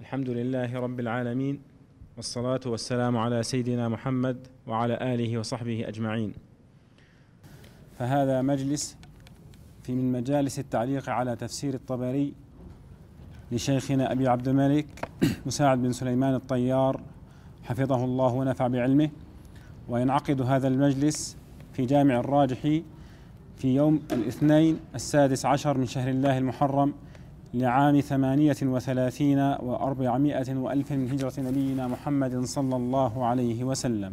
الحمد لله رب العالمين، والصلاة والسلام على سيدنا محمد وعلى آله وصحبه أجمعين. فهذا مجلس من مجالس التعليق على تفسير الطبري لشيخنا أبي عبد الملك مساعد بن سليمان الطيار حفظه الله ونفع بعلمه. وينعقد هذا المجلس في جامع الراجح في يوم الاثنين 16 من شهر الله المحرم لعام 38 و400 وألف من هجرة نبينا محمد صلى الله عليه وسلم.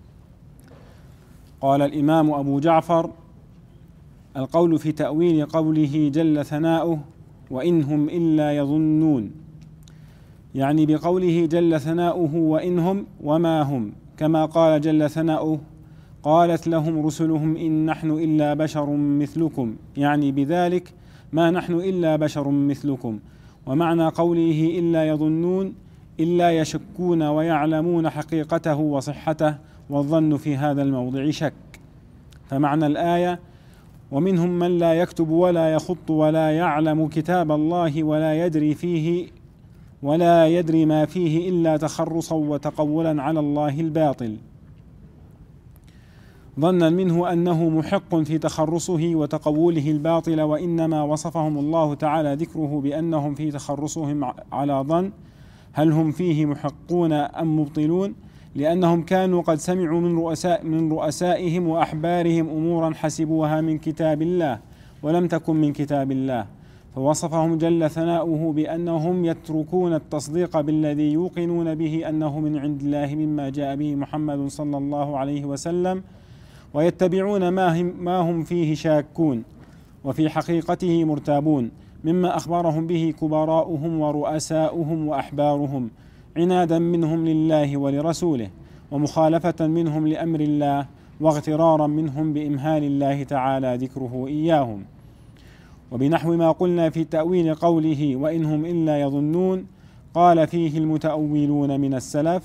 قال الإمام أبو جعفر: القول في تأويل قوله جل ثناؤه وإنهم إلا يظنون، يعني بقوله جل ثناؤه وإنهم وما هم، كما قال جل ثناؤه: قالت لهم رسلهم إن نحن إلا بشر مثلكم، يعني بذلك ما نحن إلا بشر مثلكم. ومعنى قوله إلا يظنون إلا يشكون ويعلمون حقيقته وصحته، والظن في هذا الموضع شك. فمعنى الآية: ومنهم من لا يكتب ولا يخط ولا يعلم كتاب الله ولا يدري ما فيه إلا تخرصا وتقولا على الله الباطل، ظنا منه أنه محق في تخرصه وتقوله الباطل. وإنما وصفهم الله تعالى ذكره بأنهم في تخرصهم على ظن هل هم فيه محقون أم مبطلون، لأنهم كانوا قد سمعوا من رؤسائهم وأحبارهم أمورا حسبوها من كتاب الله ولم تكن من كتاب الله، فوصفهم جل ثناؤه بأنهم يتركون التصديق بالذي يوقنون به أنه من عند الله مما جاء به محمد صلى الله عليه وسلم، ويتبعون ما هم فيه شاكون وفي حقيقته مرتابون مما أخبرهم به كبراؤهم ورؤساؤهم وأحبارهم، عنادا منهم لله ولرسوله، ومخالفة منهم لأمر الله، واغترارا منهم بإمهال الله تعالى ذكره إياهم. وبنحو ما قلنا في تأويل قوله وإنهم إلا يظنون، قال فيه المتأولون من السلف: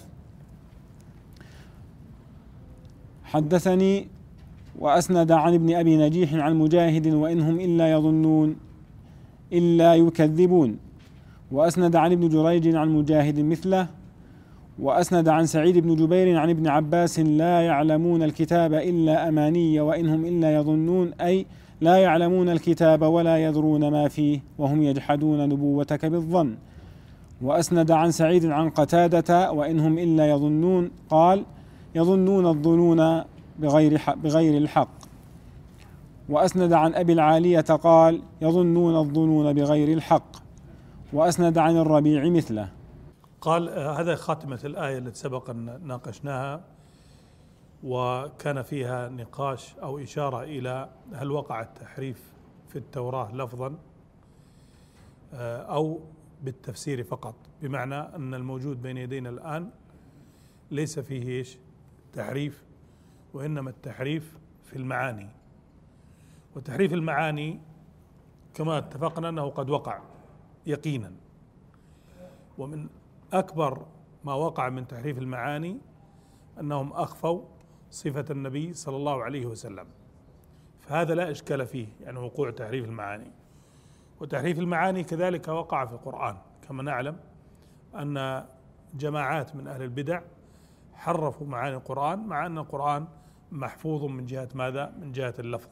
حدثني وأسند عن ابن أبي نجيح عن مجاهد وإنهم إلا يظنون إلا يكذبون، وأسند عن ابن جريج عن مجاهد مثله، وأسند عن سعيد بن جبير عن ابن عباس: لا يعلمون الكتاب إلا أماني وإنهم إلا يظنون، أي لا يعلمون الكتاب ولا يدرون ما فيه وهم يجحدون نبوتك بالظن. وأسند عن سعيد عن قتادة: وإنهم إلا يظنون، قال: يظنون الظنون بغير الحق. وأسند عن أبي العالية قال: يظنون الظنون بغير الحق. وأسند عن الربيع مثله. قال: هذا خاتمة الآية التي سبق أن ناقشناها، وكان فيها نقاش أو إشارة إلى هل وقع التحريف في التوراة لفظا أو بالتفسير فقط، بمعنى أن الموجود بين يدينا الآن ليس فيه تحريف، وإنما التحريف في المعاني. وتحريف المعاني كما اتفقنا أنه قد وقع يقينا، ومن أكبر ما وقع من تحريف المعاني أنهم أخفوا صفة النبي صلى الله عليه وسلم، فهذا لا إشكال فيه، يعني وقوع تحريف المعاني. وتحريف المعاني كذلك وقع في القرآن، كما نعلم أن جماعات من أهل البدع حرفوا معاني القرآن، مع أن القرآن محفوظ من جهة ماذا؟ من جهة اللفظ.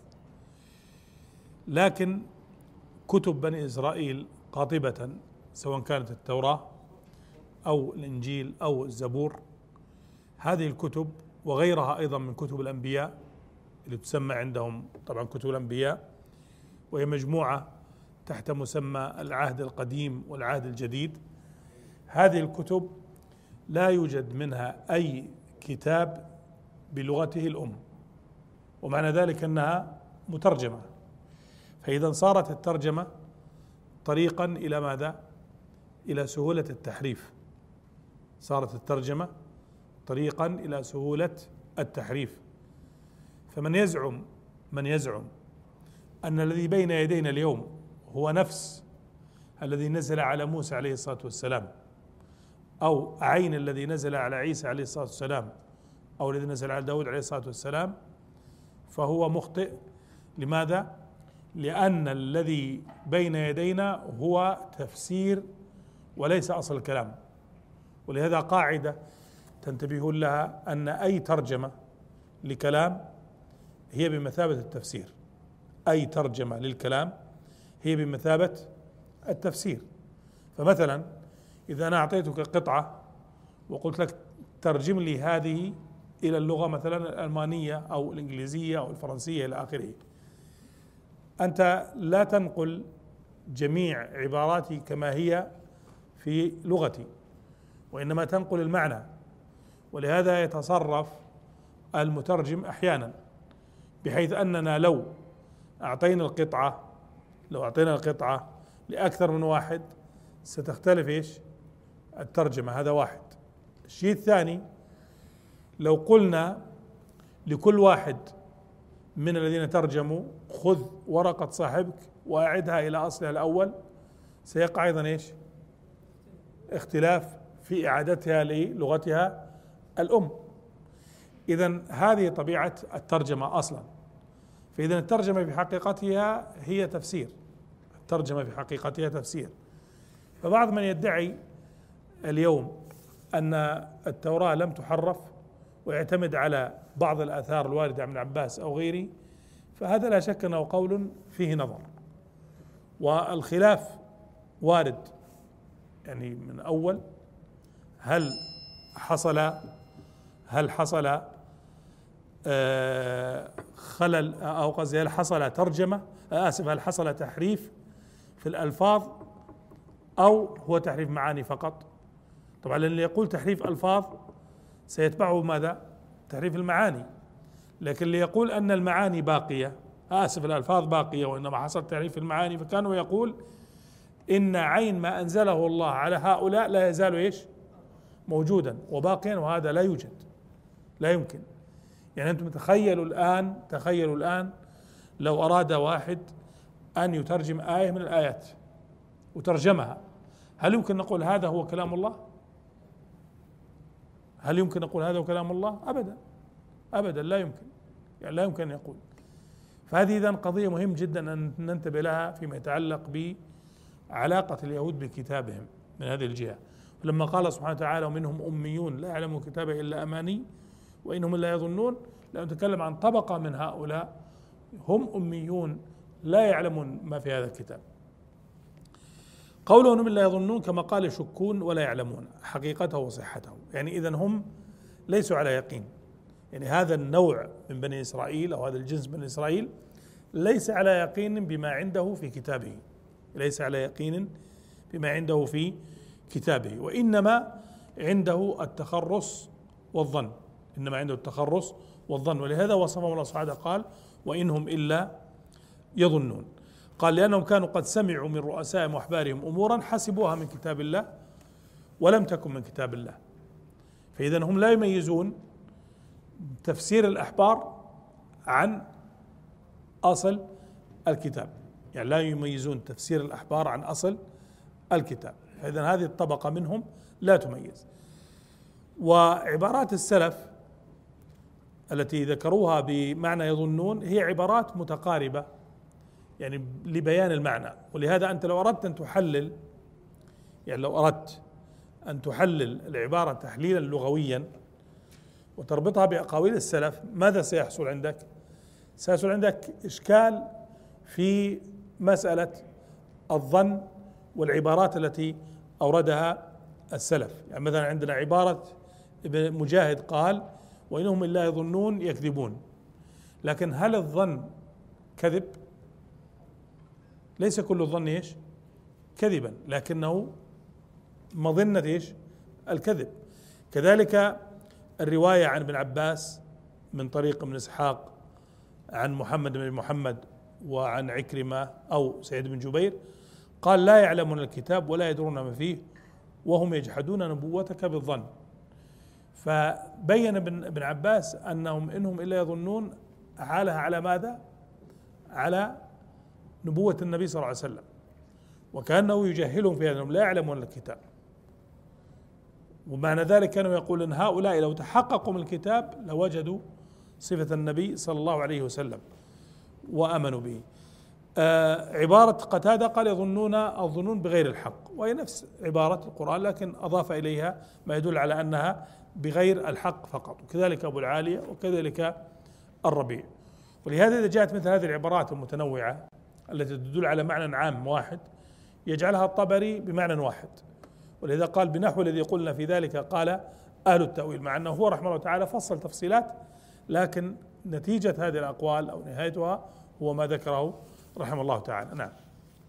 لكن كتب بني إسرائيل قاطبة، سواء كانت التوراة أو الإنجيل أو الزبور، هذه الكتب وغيرها أيضا من كتب الأنبياء اللي تسمى عندهم طبعا كتب الأنبياء، وهي مجموعة تحت مسمى العهد القديم والعهد الجديد. هذه الكتب لا يوجد منها أي كتاب بلغته الأم، ومعنى ذلك أنها مترجمة. فإذا صارت الترجمة طريقا إلى ماذا؟ إلى سهولة التحريف. صارت الترجمة طريقا إلى سهولة التحريف. فمن يزعم أن الذي بين يدينا اليوم هو نفس الذي نزل على موسى عليه الصلاة والسلام، أو عين الذي نزل على عيسى عليه الصلاة والسلام، أو الذي نزل على داود عليه الصلاة والسلام، فهو مخطئ. لماذا؟ لأن الذي بين يدينا هو تفسير وليس أصل الكلام. ولهذا قاعدة تنتبهون لها، أن أي ترجمة لكلام هي بمثابة التفسير. أي ترجمة للكلام هي بمثابة التفسير. فمثلا إذا أنا أعطيتك قطعة وقلت لك ترجم لي هذه إلى اللغة مثلا الألمانية أو الإنجليزية أو الفرنسية إلى آخره، أنت لا تنقل جميع عباراتي كما هي في لغتي، وإنما تنقل المعنى. ولهذا يتصرف المترجم أحيانا بحيث أننا لو أعطينا القطعة لأكثر من واحد ستختلف إيش الترجمة. هذا واحد. الشيء الثاني، لو قلنا لكل واحد من الذين ترجموا خذ ورقة صاحبك وأعدها إلى أصلها الأول، سيقع أيضا إيش اختلاف في إعادتها للغتها الأم. إذن هذه طبيعة الترجمة أصلا. فإذا الترجمة في حقيقتها هي تفسير. الترجمة في حقيقتها تفسير. فبعض من يدعي اليوم أن التوراة لم تحرف ويعتمد على بعض الآثار الواردة عن ابن عباس أو غيره، فهذا لا شك أنه قول فيه نظر. والخلاف وارد، يعني من أول هل حصل خلل، أو قصدي هل حصل ترجمة هل حصل تحريف في الألفاظ أو هو تحريف معاني فقط؟ طبعا اللي يقول تحريف ألفاظ سيتبعه ماذا؟ تحريف المعاني. لكن اللي يقول أن المعاني باقية، الألفاظ باقية وإنما حصل تحريف المعاني، فكانوا يقول إن عين ما أنزله الله على هؤلاء لا يزال إيش موجودا وباقيا، وهذا لا يوجد، لا يمكن. يعني أنتم تخيلوا الآن لو أراد واحد أن يترجم آية من الآيات وترجمها، هل يمكن نقول هذا هو كلام الله؟ هل يمكن نقول هذا هو كلام الله؟ أبدا لا يمكن، يعني لا يمكن أن يقول. فهذه إذن قضية مهم جدا أن ننتبه لها فيما يتعلق بعلاقة اليهود بكتابهم من هذه الجهة. لما قال سبحانه وتعالى ومنهم أميون لا يعلمون كتابه إلا أماني وإنهم لا يظنون، لا نتكلم عن طبقة من هؤلاء هم أميون لا يعلمون ما في هذا الكتاب. قوله انهم لا يظنون كما قال يشكون ولا يعلمون حقيقته وصحته، يعني اذا هم ليسوا على يقين. يعني هذا النوع من بني اسرائيل او هذا الجنس من بني اسرائيل ليس على يقين بما عنده في كتابه، ليس على يقين بما عنده في كتابه، وانما عنده التخرص والظن، انما عنده التخرص والظن. ولهذا وصفهم الله سبحانه قال وانهم الا يظنون. قال لأنهم كانوا قد سمعوا من رؤسائهم وأحبارهم أمورا حسبوها من كتاب الله ولم تكن من كتاب الله. فإذا هم لا يميزون تفسير الأحبار عن أصل الكتاب، يعني لا يميزون تفسير الأحبار عن أصل الكتاب. فإذا هذه الطبقة منهم لا تميز. وعبارات السلف التي ذكروها بمعنى يظنون هي عبارات متقاربة يعني لبيان المعنى. ولهذا أنت لو أردت أن تحلل، يعني لو أردت أن تحلل العبارة تحليلا لغويا وتربطها بأقاويل السلف، ماذا سيحصل عندك؟ سيحصل عندك إشكال في مسألة الظن والعبارات التي أوردها السلف. يعني مثلا عندنا عبارة ابن مجاهد قال وإنهم إلا يظنون يكذبون، لكن هل الظن كذب؟ ليس كل الظن ايش؟ كذبا، لكنه مظنة ايش؟ الكذب. كذلك الرواية عن ابن عباس من طريق ابن اسحاق عن محمد بن محمد وعن عكرمة أو سعيد بن جبير قال لا يعلمون الكتاب ولا يدرون ما فيه وهم يجحدون نبوتك بالظن. فبين ابن عباس أنهم إنهم إلا يظنون حالها على ماذا؟ على نبوة النبي صلى الله عليه وسلم، وكأنه يجهلهم في أنهم لا يعلمون الكتاب. ومعنى ذلك كانوا يقولون هؤلاء لو تحققوا من الكتاب لوجدوا صفة النبي صلى الله عليه وسلم وآمنوا به. عبارة قتادة قال يظنون الظنون بغير الحق، وهي نفس عبارة القرآن لكن أضاف إليها ما يدل على أنها بغير الحق فقط، وكذلك أبو العالية وكذلك الربيع. ولهذا إذا جاءت مثل هذه العبارات المتنوعة التي تدل على معنى عام واحد يجعلها الطبري بمعنى واحد، ولذا قال بنحو الذي قلنا في ذلك قال أهل التأويل، مع أنه هو رحمه الله تعالى فصل تفصيلات، لكن نتيجة هذه الأقوال أو نهايتها هو ما ذكره رحمه الله تعالى. نعم.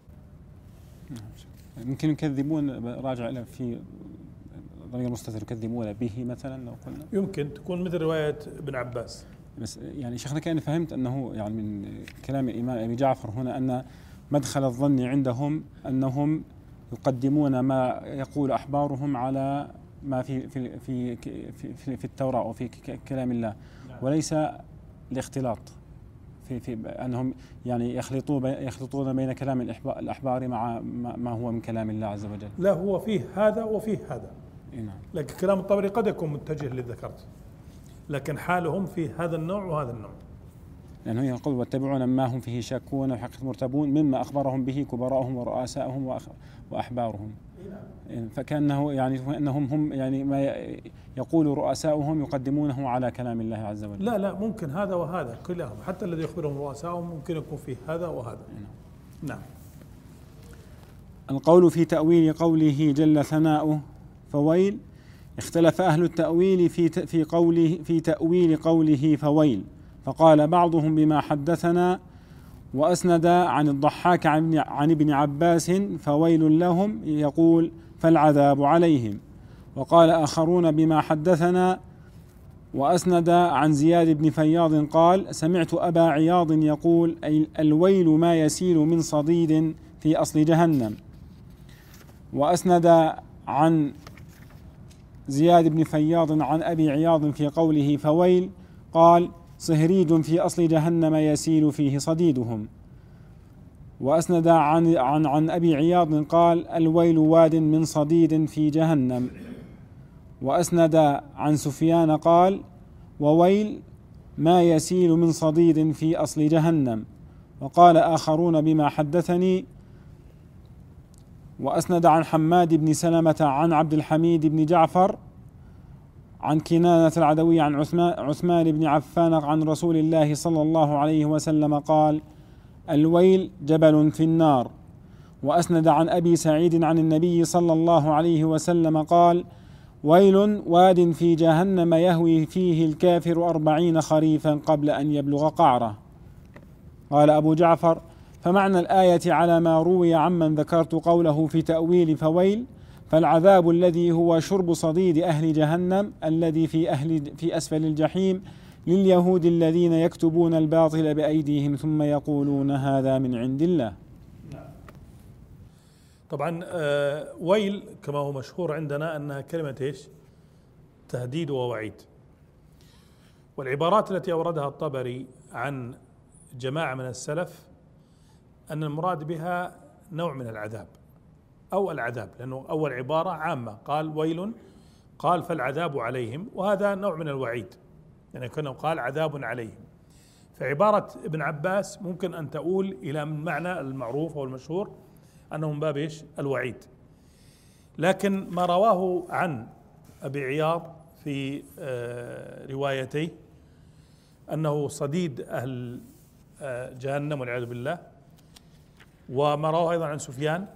يمكن يكذبون، راجع له في ضمير مستتر، يكذبون به مثلا لو قلنا، يمكن تكون مثل رواية ابن عباس. بس يعني شيخنا كأني فهمت أنه يعني من كلام الإمام أبي جعفر هنا أن مدخل الظن عندهم أنهم يقدمون ما يقول أحبارهم على ما في التوراة أو في كلام الله، وليس الاختلاط في أنهم يعني يخلطون بين كلام الأحبار مع ما هو من كلام الله عز وجل. لا، هو فيه هذا وفيه هذا. نعم. لكن كلام الطبري قد يكون متجه اللي ذكرت، لكن حالهم في هذا النوع وهذا النوع. لأنه يقول واتبعون ما هم فيه شاكون وحق مرتبون مما أخبرهم به كبراءهم ورؤساءهم وأحبارهم. فكأنه يعني أنهم هم يعني ما يقول رؤساؤهم يقدمونه على كلام الله عز وجل. لا، ممكن هذا وهذا كلهم، حتى الذي يخبرهم رؤساؤهم ممكن يكون فيه هذا وهذا. نعم. القول في تأويل قوله جل ثناؤه فويل. اختلف أهل التأويل في تأويل قوله فويل، فقال بعضهم بما حدثنا، وأسند عن الضحاك عن ابن عباس فويل لهم يقول فالعذاب عليهم، وقال آخرون بما حدثنا، وأسند عن زياد بن فياض قال سمعت أبا عياض يقول الويل ما يسيل من صديد في أصل جهنم. وأسند عن زياد بن فياض عن أبي عياض في قوله فويل قال صهريج في أصل جهنم يسيل فيه صديدهم. وأسند عن أبي عياض قال الويل واد من صديد في جهنم. وأسند عن سفيان قال وويل ما يسيل من صديد في أصل جهنم. وقال آخرون بما حدثني. وأسند عن حماد بن سلمة عن عبد الحميد بن جعفر عن كنانة العدوي عن عثمان بن عفان عن رسول الله صلى الله عليه وسلم قال الويل جبل في النار. وأسند عن أبي سعيد عن النبي صلى الله عليه وسلم قال ويل واد في جهنم يهوي فيه الكافر 40 خريفا قبل أن يبلغ قعره. قال أبو جعفر فمعنى الآية على ما روي عمن ذكرت قوله في تأويل فويل فالعذاب الذي هو شرب صديد أهل جهنم الذي في أسفل الجحيم لليهود الذين يكتبون الباطل بأيديهم ثم يقولون هذا من عند الله. طبعا ويل كما هو مشهور عندنا أنها كلمة إيش؟ تهديد ووعيد. والعبارات التي أوردها الطبري عن جماعة من السلف أن المراد بها نوع من العذاب أو العذاب، لأنه أول عبارة عامة قال ويل قال فالعذاب عليهم، وهذا نوع من الوعيد، يعني كأنه قال عذاب عليهم. فعبارة ابن عباس ممكن أن تؤول إلى معنى المعروف أو المشهور أنه من باب إيش؟ الوعيد. لكن ما رواه عن أبي عياض في روايتيه أنه صديد أهل جهنم والعياذ بالله، وما رواه أيضا عن سفيان،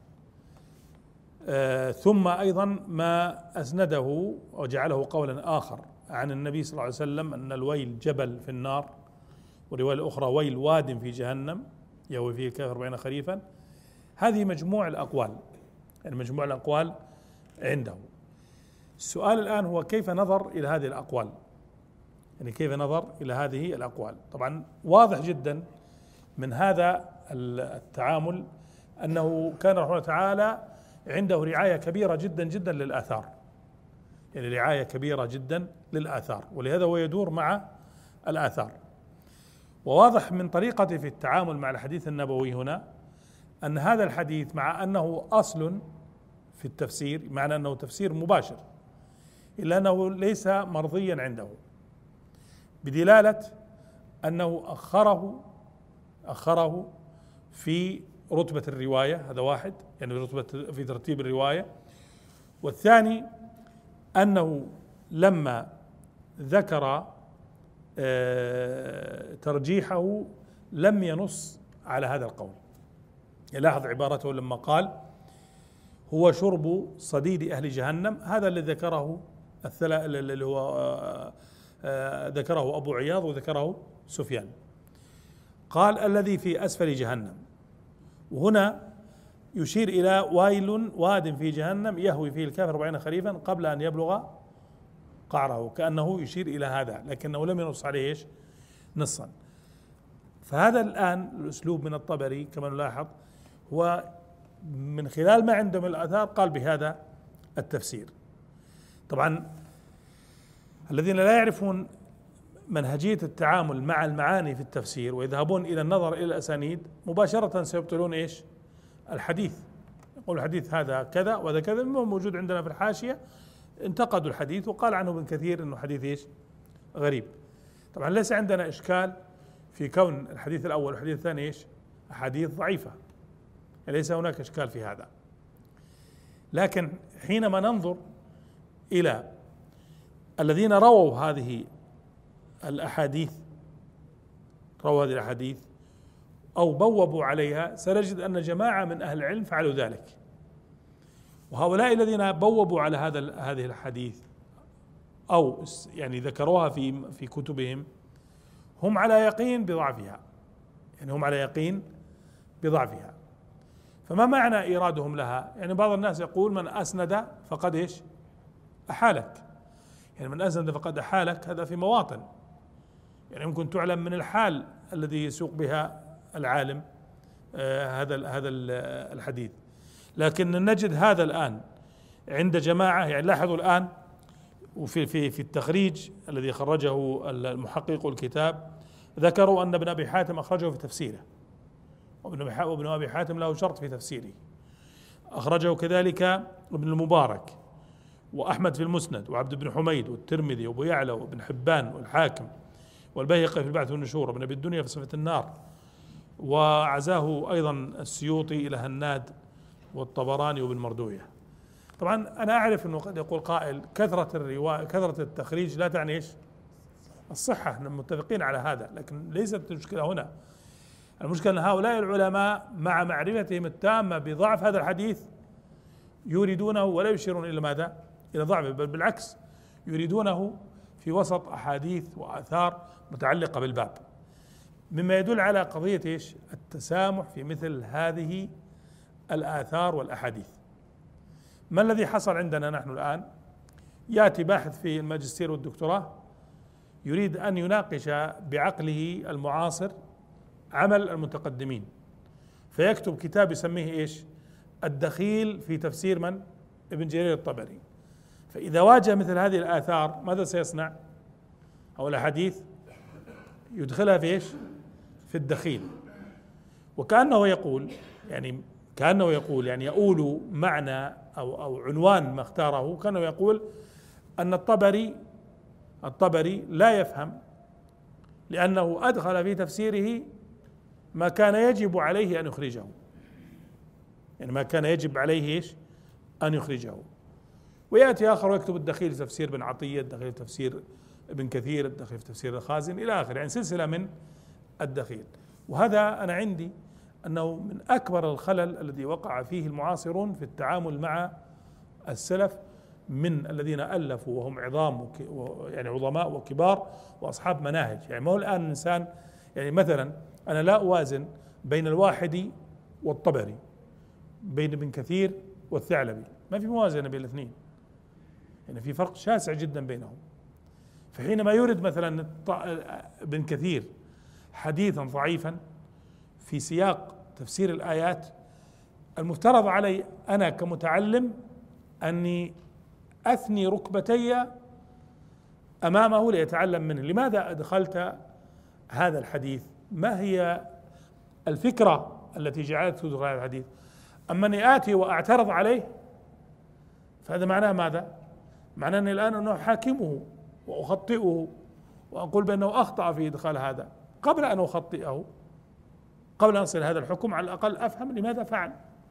ثم أيضا ما أسنده وجعله قولا آخر عن النبي صلى الله عليه وسلم أن الويل جبل في النار، والرواية الأخرى ويل واد في جهنم يهوي فيه الكافر 40 خريفا. هذه مجموع الأقوال، يعني مجموع الأقوال عنده. السؤال الآن هو كيف نظر إلى هذه الأقوال، يعني كيف نظر إلى هذه الأقوال. طبعا واضح جدا من هذا التعامل أنه كان رحمه الله تعالى عنده رعاية كبيرة جدا جدا للآثار، يعني رعاية كبيرة جدا للآثار، ولهذا هو يدور مع الآثار. وواضح من طريقته في التعامل مع الحديث النبوي هنا أن هذا الحديث مع أنه أصل في التفسير، معنى أنه تفسير مباشر، إلا أنه ليس مرضيا عنده، بدلالة أنه أخره في رتبة الرواية، هذا واحد، يعني في ترتيب الرواية. والثاني أنه لما ذكر ترجيحه لم ينص على هذا القول. لاحظ عبارته لما قال هو شرب صديد أهل جهنم، هذا اللي ذكره اللي هو ذكره أبو عياض وذكره سفيان. قال الذي في أسفل جهنم، وهنا يشير إلى واد في جهنم يهوي فيه الكافر 40 خريفا قبل أن يبلغ قعره، كأنه يشير إلى هذا، لكنه لم ينص عليه إيش؟ نصا. فهذا الآن الأسلوب من الطبري كما نلاحظ هو من خلال ما عنده من الآثار قال بهذا التفسير. طبعا الذين لا يعرفون منهجية التعامل مع المعاني في التفسير ويذهبون إلى النظر إلى الأسانيد مباشرة سيبطلون إيش؟ الحديث. يقول الحديث هذا كذا وهذا كذا، موجود عندنا في الحاشية، انتقدوا الحديث وقال عنه ابن كثير انه حديث ايش؟ غريب. طبعا ليس عندنا اشكال في كون الحديث الاول والحديث الثاني ايش؟ احاديث ضعيفة، يعني ليس هناك اشكال في هذا. لكن حينما ننظر الى الذين رووا هذه الاحاديث او بوبوا عليها، سنجد ان جماعة من اهل العلم فعلوا ذلك. وهؤلاء الذين بوبوا على هذه الحديث أو يعني ذكروها في كتبهم هم على يقين بضعفها، يعني هم على يقين بضعفها. فما معنى إيرادهم لها؟ يعني بعض الناس يقول من أسند فقد إيش؟ أحالك، يعني من أسند فقد أحالك، هذا في مواطن يعني ممكن تعلم من الحال الذي يسوق بها العالم هذا الحديث. لكن نجد هذا الآن عند جماعة، يعني لاحظوا الآن وفي التخريج الذي خرجه المحقق الكتاب ذكروا أن ابن أبي حاتم أخرجه في تفسيره، وابن أبي حاتم له شرط في تفسيره. أخرجه كذلك ابن المبارك وأحمد في المسند وعبد بن حميد والترمذي وأبو يعلى وابن حبان والحاكم والبيهقي في البعث والنشور وابن أبي الدنيا في صفة النار، وعزاه أيضا السيوطي إلى هناد والطبراني وابن مردوية. طبعا أنا أعرف أنه قد يقول قائل كثرة الرواية كثرة التخريج لا تعني إيش؟ الصحة، نحن متفقين على هذا، لكن ليست المشكلة هنا. المشكلة أن هؤلاء العلماء مع معرفتهم التامة بضعف هذا الحديث يريدونه ولا يشيرون إلى ماذا؟ إلى ضعفه، بل بالعكس يريدونه في وسط أحاديث وآثار متعلقة بالباب، مما يدل على قضية إيش؟ التسامح في مثل هذه الآثار والأحاديث. ما الذي حصل عندنا نحن الآن؟ يأتي باحث في الماجستير والدكتوراه يريد أن يناقش بعقله المعاصر عمل المتقدمين، فيكتب كتاب يسميه إيش؟ الدخيل في تفسير من؟ ابن جرير الطبري. فإذا واجه مثل هذه الآثار ماذا سيصنع؟ أو الأحاديث يدخلها في إيش؟ في الدخيل. وكأنه يقول يعني يقول معنى أو عنوان ما اختاره، كأنه يقول أن الطبري لا يفهم، لأنه أدخل في تفسيره ما كان يجب عليه أن يخرجه، يعني ما كان يجب عليه إيش؟ أن يخرجه. ويأتي آخر ويكتب الدخيل في تفسير ابن عطية، الدخيل في تفسير ابن كثير، الدخيل في تفسير الخازن إلى آخره، يعني سلسلة من الدخيل. وهذا أنا عندي أنه من أكبر الخلل الذي وقع فيه المعاصرون في التعامل مع السلف من الذين ألفوا وهم عظام يعني عظماء وكبار وأصحاب مناهج. يعني ما هو الآن الإنسان، يعني مثلا أنا لا أوازن بين الواحدي والطبري، بين ابن كثير والثعلبي، ما في موازنة بين الاثنين، يعني في فرق شاسع جدا بينهم. فحينما يورد مثلا ابن كثير حديثا ضعيفا في سياق تفسير الآيات، المفترض علي أنا كمتعلم أني أثني ركبتي أمامه ليتعلم منه. لماذا أدخلت هذا الحديث؟ ما هي الفكرة التي جعلت تدخل هذا الحديث؟ أما أني آتي وأعترض عليه فهذا معناه ماذا؟ معناه أني الآن أنه أحاكمه وأخطئه وأقول بأنه أخطأ في إدخال هذا قبل أن أخطئه. قبل أن أصل هذا الحكم على الأقل أفهم لماذا فعل.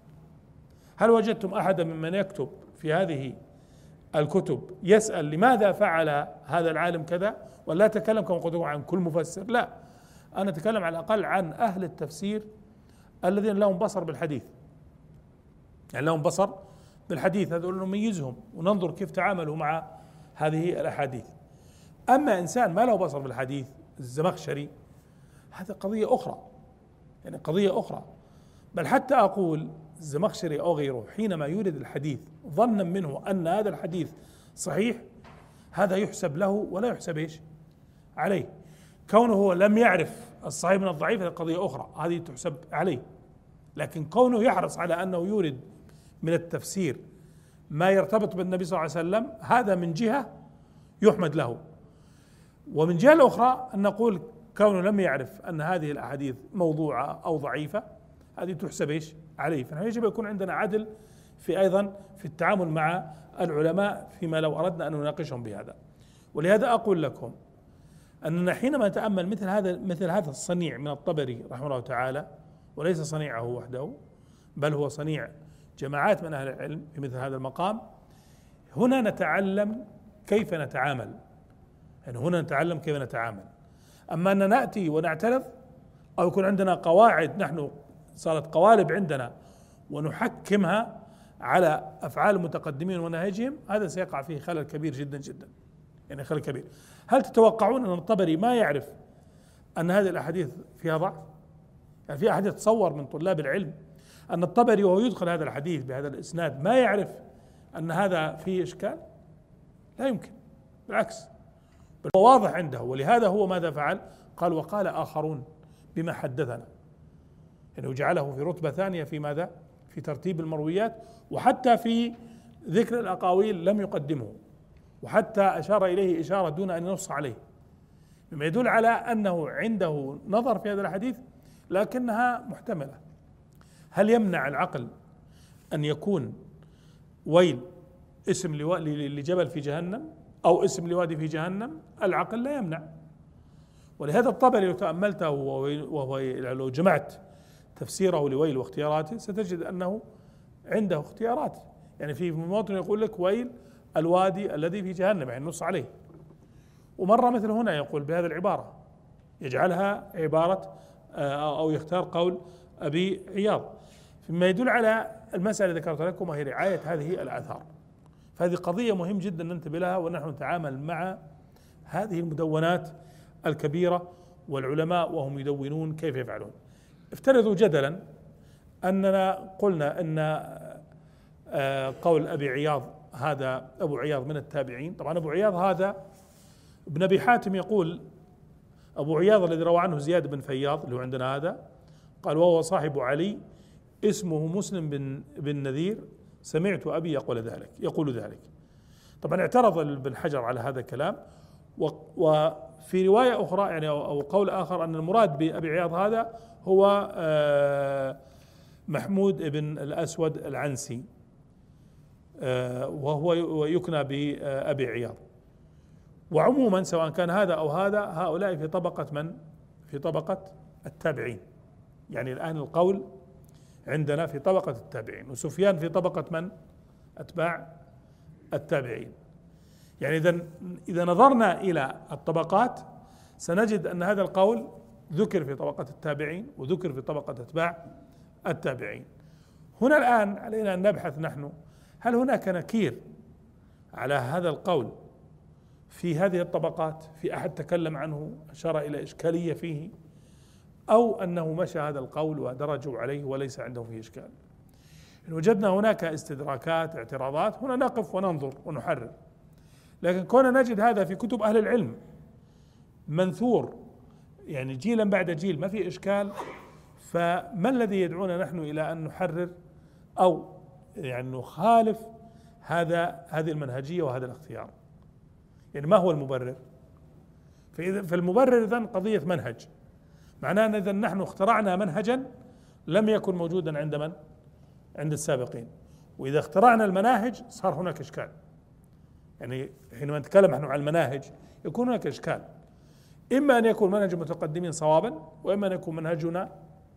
هل وجدتم أحدا ممن يكتب في هذه الكتب يسأل لماذا فعل هذا العالم كذا؟ ولا أتكلم كما قلت عن كل مفسر، لا، أنا أتكلم على الأقل عن أهل التفسير الذين لهم بصر بالحديث، يعني لهم بصر بالحديث، هذول نميزهم وننظر كيف تعاملوا مع هذه الأحاديث. أما إنسان ما له بصر بالحديث الزمخشري، هذا قضية أخرى، يعني قضية أخرى. بل حتى أقول الزمخشري أو غيره حينما يورد الحديث ظنا منه أن هذا الحديث صحيح، هذا يحسب له ولا يحسب إيش عليه. كونه لم يعرف الصحيح من الضعيف هذه قضية أخرى، هذه تحسب عليه. لكن كونه يحرص على أنه يورد من التفسير ما يرتبط بالنبي صلى الله عليه وسلم، هذا من جهة يحمد له. ومن جهة الأخرى أن نقول كونه لم يعرف أن هذه الأحاديث موضوعة أو ضعيفة، هذه تحسب إيش عليه. فنحن يجب يكون عندنا عدل في أيضا في التعامل مع العلماء فيما لو أردنا أن نناقشهم بهذا. ولهذا أقول لكم أننا حينما نتأمل مثل هذا الصنيع من الطبري رحمه الله تعالى، وليس صنيعه وحده بل هو صنيع جماعات من أهل العلم في مثل هذا المقام، هنا نتعلم كيف نتعامل، يعني هنا نتعلم كيف نتعامل. أما أن نأتي ونعترض أو يكون عندنا قواعد نحن صارت قوالب عندنا ونحكمها على أفعال المتقدمين ونهجهم، هذا سيقع فيه خلل كبير جدا جدا، يعني خلل كبير. هل تتوقعون أن الطبري ما يعرف أن هذه الأحاديث فيها ضعف؟ يعني في أحاديث تصور من طلاب العلم أن الطبري وهو يدخل هذا الحديث بهذا الإسناد ما يعرف أن هذا فيه إشكال؟ لا يمكن، بالعكس، بل هو واضح عنده. ولهذا هو ماذا فعل؟ قال وقال آخرون بما حدثنا، يعني جعله في رتبة ثانية في ماذا؟ في ترتيب المرويات، وحتى في ذكر الأقاويل لم يقدمه، وحتى أشار إليه إشارة دون أن ينص عليه، مما يدل على أنه عنده نظر في هذا الحديث لكنها محتملة. هل يمنع العقل أن يكون ويل اسم لجبل في جهنم أو اسم لوادي في جهنم؟ العقل لا يمنع. ولهذا الطبري لو تأملته وهو لو جمعت تفسيره لويل واختياراته ستجد أنه عنده اختيارات، يعني في مواطن يقول لك ويل الوادي الذي في جهنم، يعني نص عليه. ومرة مثل هنا يقول بهذه العبارة، يجعلها عبارة أو يختار قول أبي عياض، فيما يدل على المسألة اللي ذكرت لكم وهي رعاية هذه الآثار. فهذه قضية مهم جدا ننتبه لها ونحن نتعامل مع هذه المدونات الكبيرة والعلماء وهم يدونون كيف يفعلون. افترضوا جدلا أننا قلنا أن قول أبي عياض، هذا أبو عياض من التابعين. طبعا أبو عياض هذا ابن أبي حاتم يقول أبو عياض الذي روى عنه زياد بن فياض اللي هو عندنا هذا، قال وهو صاحب علي اسمه مسلم بن نذير، سمعت أبي يقول ذلك. طبعا اعترض ابن حجر على هذا الكلام، وفي رواية أخرى يعني أو قول آخر أن المراد بأبي عياض هذا هو محمود بن الأسود العنسي، وهو يكنى بأبي عياض. وعموما سواء كان هذا أو هذا، هؤلاء في طبقة من؟ في طبقة التابعين. يعني الآن القول عندنا في طبقة التابعين، وسفيان في طبقة من؟ أتباع التابعين. يعني إذا نظرنا إلى الطبقات سنجد أن هذا القول ذكر في طبقة التابعين وذكر في طبقة أتباع التابعين. هنا الآن علينا أن نبحث نحن، هل هناك نكير على هذا القول في هذه الطبقات؟ في أحد تكلم عنه أشار إلى إشكالية فيه، أو أنه مشى هذا القول ودرجوا عليه وليس عنده فيه إشكال؟ إن وجدنا هناك استدراكات اعتراضات هنا نقف وننظر ونحرر. لكن كنا نجد هذا في كتب أهل العلم منثور يعني جيلا بعد جيل ما في إشكال، فما الذي يدعونا نحن إلى أن نحرر أو يعني نخالف هذه المنهجية وهذا الاختيار؟ يعني ما هو المبرر؟ فالمبرر إذن قضية منهج، معناه أن إذن نحن اخترعنا منهجا لم يكن موجودا عند من؟ عند السابقين. وإذا اخترعنا المناهج صار هناك إشكال. يعني حينما نتكلم نحن عن المناهج يكون هناك إشكال، إما أن يكون منهج المتقدمين صوابا، وإما أن يكون منهجنا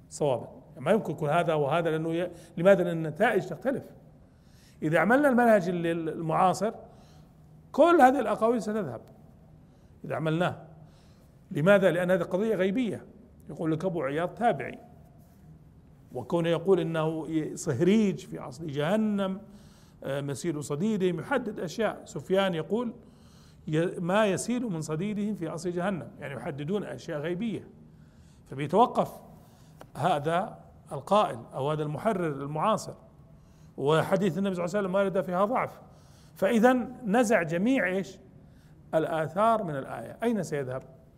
صوابا. يعني ما يمكن يكون هذا وهذا، لأنه لماذا؟ لأن النتائج تختلف. إذا عملنا المنهج المعاصر كل هذه الأقاويل ستذهب إذا عملناه. لماذا؟ لأن هذه قضية غيبية. يقول لك أبو عياض تابعي، وكونه يقول إنه صهريج في أصل جهنم مسيل صديدهم، يحدد أشياء. سفيان يقول ما يسيل من صديدهم في أصل جهنم، يعني يحددون أشياء غيبية. فبيتوقف هذا القائل أو هذا المحرر المعاصر، وحديث النبي صلى الله عليه وسلم وارد فيها ضعف. فإذا نزع جميع إيش؟ الآثار من الآية. أين سيذهب؟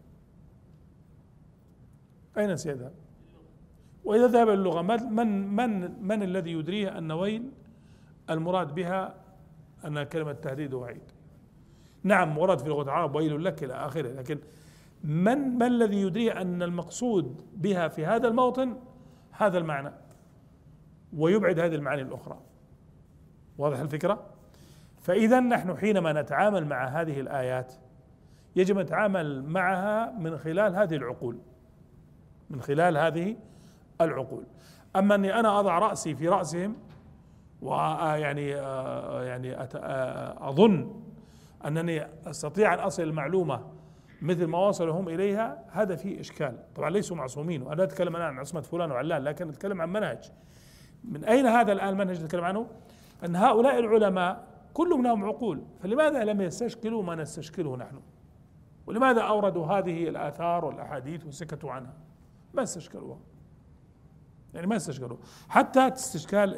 أين سيذهب؟ وإذا ذهب اللغة من الذي يدريه أن ويل المراد بها أنها كلمة تهديد ووعيد؟ نعم ورد في لغة العرب ويل لك إلى آخره، لكن من الذي يدريه أن المقصود بها في هذا الموطن هذا المعنى ويبعد هذه المعاني الأخرى؟ واضح الفكرة؟ فإذا نحن حينما نتعامل مع هذه الآيات يجب أن نتعامل معها من خلال هذه العقول، من خلال هذه العقول. أما أني أنا أضع رأسي في رأسهم ويعني أظن أنني أستطيع أن أصل المعلومة مثل ما وصلوا هم إليها، هذا فيه إشكال. طبعا ليسوا معصومين، وأنا لا أتكلم الآن عن عصمة فلان وعلان، لكن أتكلم عن منهج. من أين هذا الآن المنهج نتكلم عنه؟ أن هؤلاء العلماء كل منهم عقول، فلماذا لم يستشكلوا ما نستشكله نحن؟ ولماذا أوردوا هذه الآثار والأحاديث وسكتوا عنها؟ ما استشكلوها، يعني ما استشكلوها. حتى استشكال